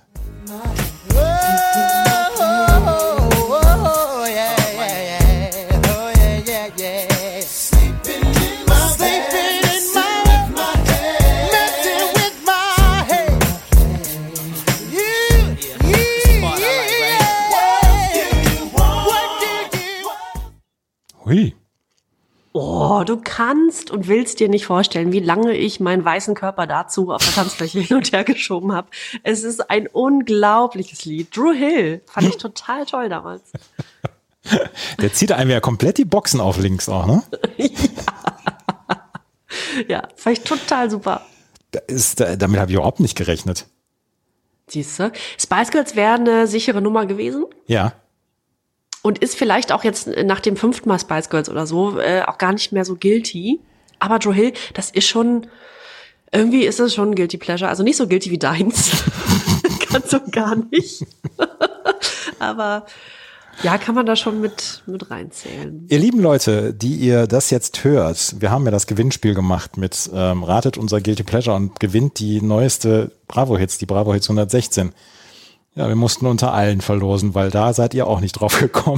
Hui. Oh, du kannst und willst dir nicht vorstellen, wie lange ich meinen weißen Körper dazu auf der Tanzfläche hin und her geschoben habe. Es ist ein unglaubliches Lied. Drew Hill fand ich total toll damals. Der zieht einem ja komplett die Boxen auf links auch, ne? Ja, fand ich total super. Da ist, da, damit habe ich überhaupt nicht gerechnet. Siehst du? Spice Girls wäre eine sichere Nummer gewesen. Ja. Und ist vielleicht auch jetzt nach dem fünften Mal Spice Girls oder so äh, auch gar nicht mehr so guilty. Aber Drew Hill, das ist schon, irgendwie ist es schon ein Guilty Pleasure. Also nicht so guilty wie deins. Ganz so gar nicht. Aber ja, kann man da schon mit, mit reinzählen. Ihr lieben Leute, die ihr das jetzt hört, wir haben ja das Gewinnspiel gemacht mit ähm, ratet unser Guilty Pleasure und gewinnt die neueste Bravo-Hits, die Bravo-Hits hundertsechzehn. Ja, wir mussten unter allen verlosen, weil da seid ihr auch nicht drauf gekommen.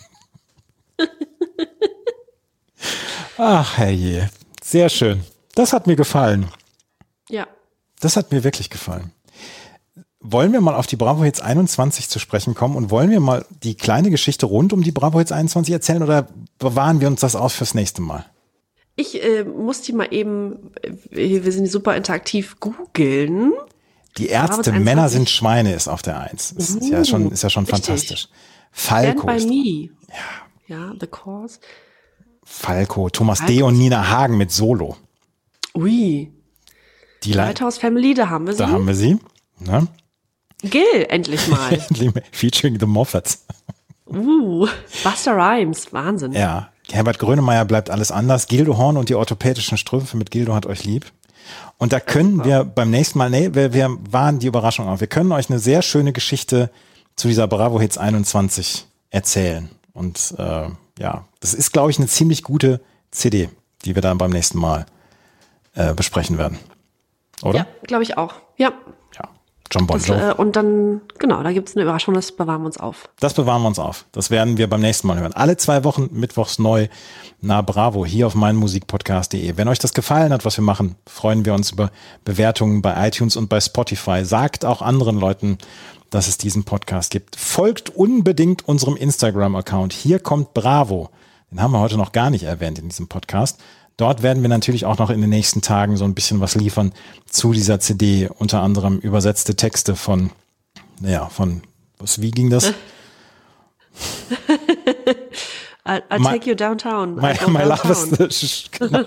Ach, herrje. Sehr schön. Das hat mir gefallen. Ja. Das hat mir wirklich gefallen. Wollen wir mal auf die Bravo Hits einundzwanzig zu sprechen kommen und wollen wir mal die kleine Geschichte rund um die Bravo Hits einundzwanzig erzählen oder bewahren wir uns das aus fürs nächste Mal? Ich äh, muss die mal eben, äh, wir sind super interaktiv, googeln. Die Ärzte, Bravo Männer einundzwanzig. sind Schweine ist auf der Eins. Ist, ist ja schon, ist ja schon Richtig. fantastisch. Stand Falco, by ist- Me. Ja. Ja, The Cause. Falco, Thomas Falco. D. und Nina Hagen mit Solo. Ui. Die Le- Lighthouse Family, da haben wir sie. Da haben wir sie. Ne? Gil, endlich mal. Featuring The Moffats. uh, Buster Rhymes, Wahnsinn. Ja. Herbert Grönemeyer bleibt alles anders. Gildo Horn und die orthopädischen Strümpfe mit Gildo hat euch lieb. Und da können wir beim nächsten Mal, nee, wir, wir waren die Überraschung auf. Wir können euch eine sehr schöne Geschichte zu dieser Bravo Hits einundzwanzig erzählen. Und äh, ja, das ist, glaube ich, eine ziemlich gute C D, die wir dann beim nächsten Mal äh, besprechen werden. Oder? Ja, glaube ich auch. Ja. Ja. John Bon Das, Jovi. äh, und dann, genau, da gibt's eine Überraschung, das bewahren wir uns auf. Das bewahren wir uns auf. Das werden wir beim nächsten Mal hören. Alle zwei Wochen, mittwochs neu, na Bravo, hier auf meinmusikpodcast punkt de. Wenn euch das gefallen hat, was wir machen, freuen wir uns über Bewertungen bei iTunes und bei Spotify. Sagt auch anderen Leuten, dass es diesen Podcast gibt. Folgt unbedingt unserem Instagram-Account. Hier kommt Bravo. Den haben wir heute noch gar nicht erwähnt in diesem Podcast. Dort werden wir natürlich auch noch in den nächsten Tagen so ein bisschen was liefern zu dieser C D. Unter anderem übersetzte Texte von, naja, von, was, wie ging das? I'll, I'll My- take you downtown. My, I'll go my love downtown. is the, genau.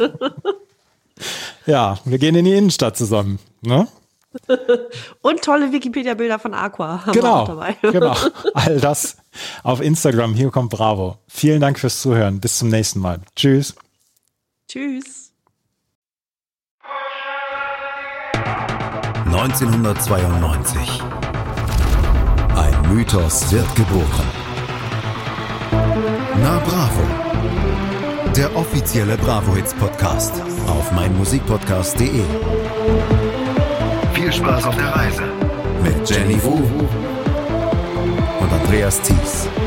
Ja, wir gehen in die Innenstadt zusammen. Ne? Und tolle Wikipedia-Bilder von Aqua haben wir Genau, auch dabei. genau. All das auf Instagram. Hier kommt Bravo. Vielen Dank fürs Zuhören. Bis zum nächsten Mal. Tschüss. Tschüss. neunzehnhundertzweiundneunzig. Ein Mythos wird geboren. Na Bravo. Der offizielle Bravo Hits Podcast auf meinmusikpodcast punkt de. Viel Spaß auf der Reise mit Jenny Wu und Andreas Thies.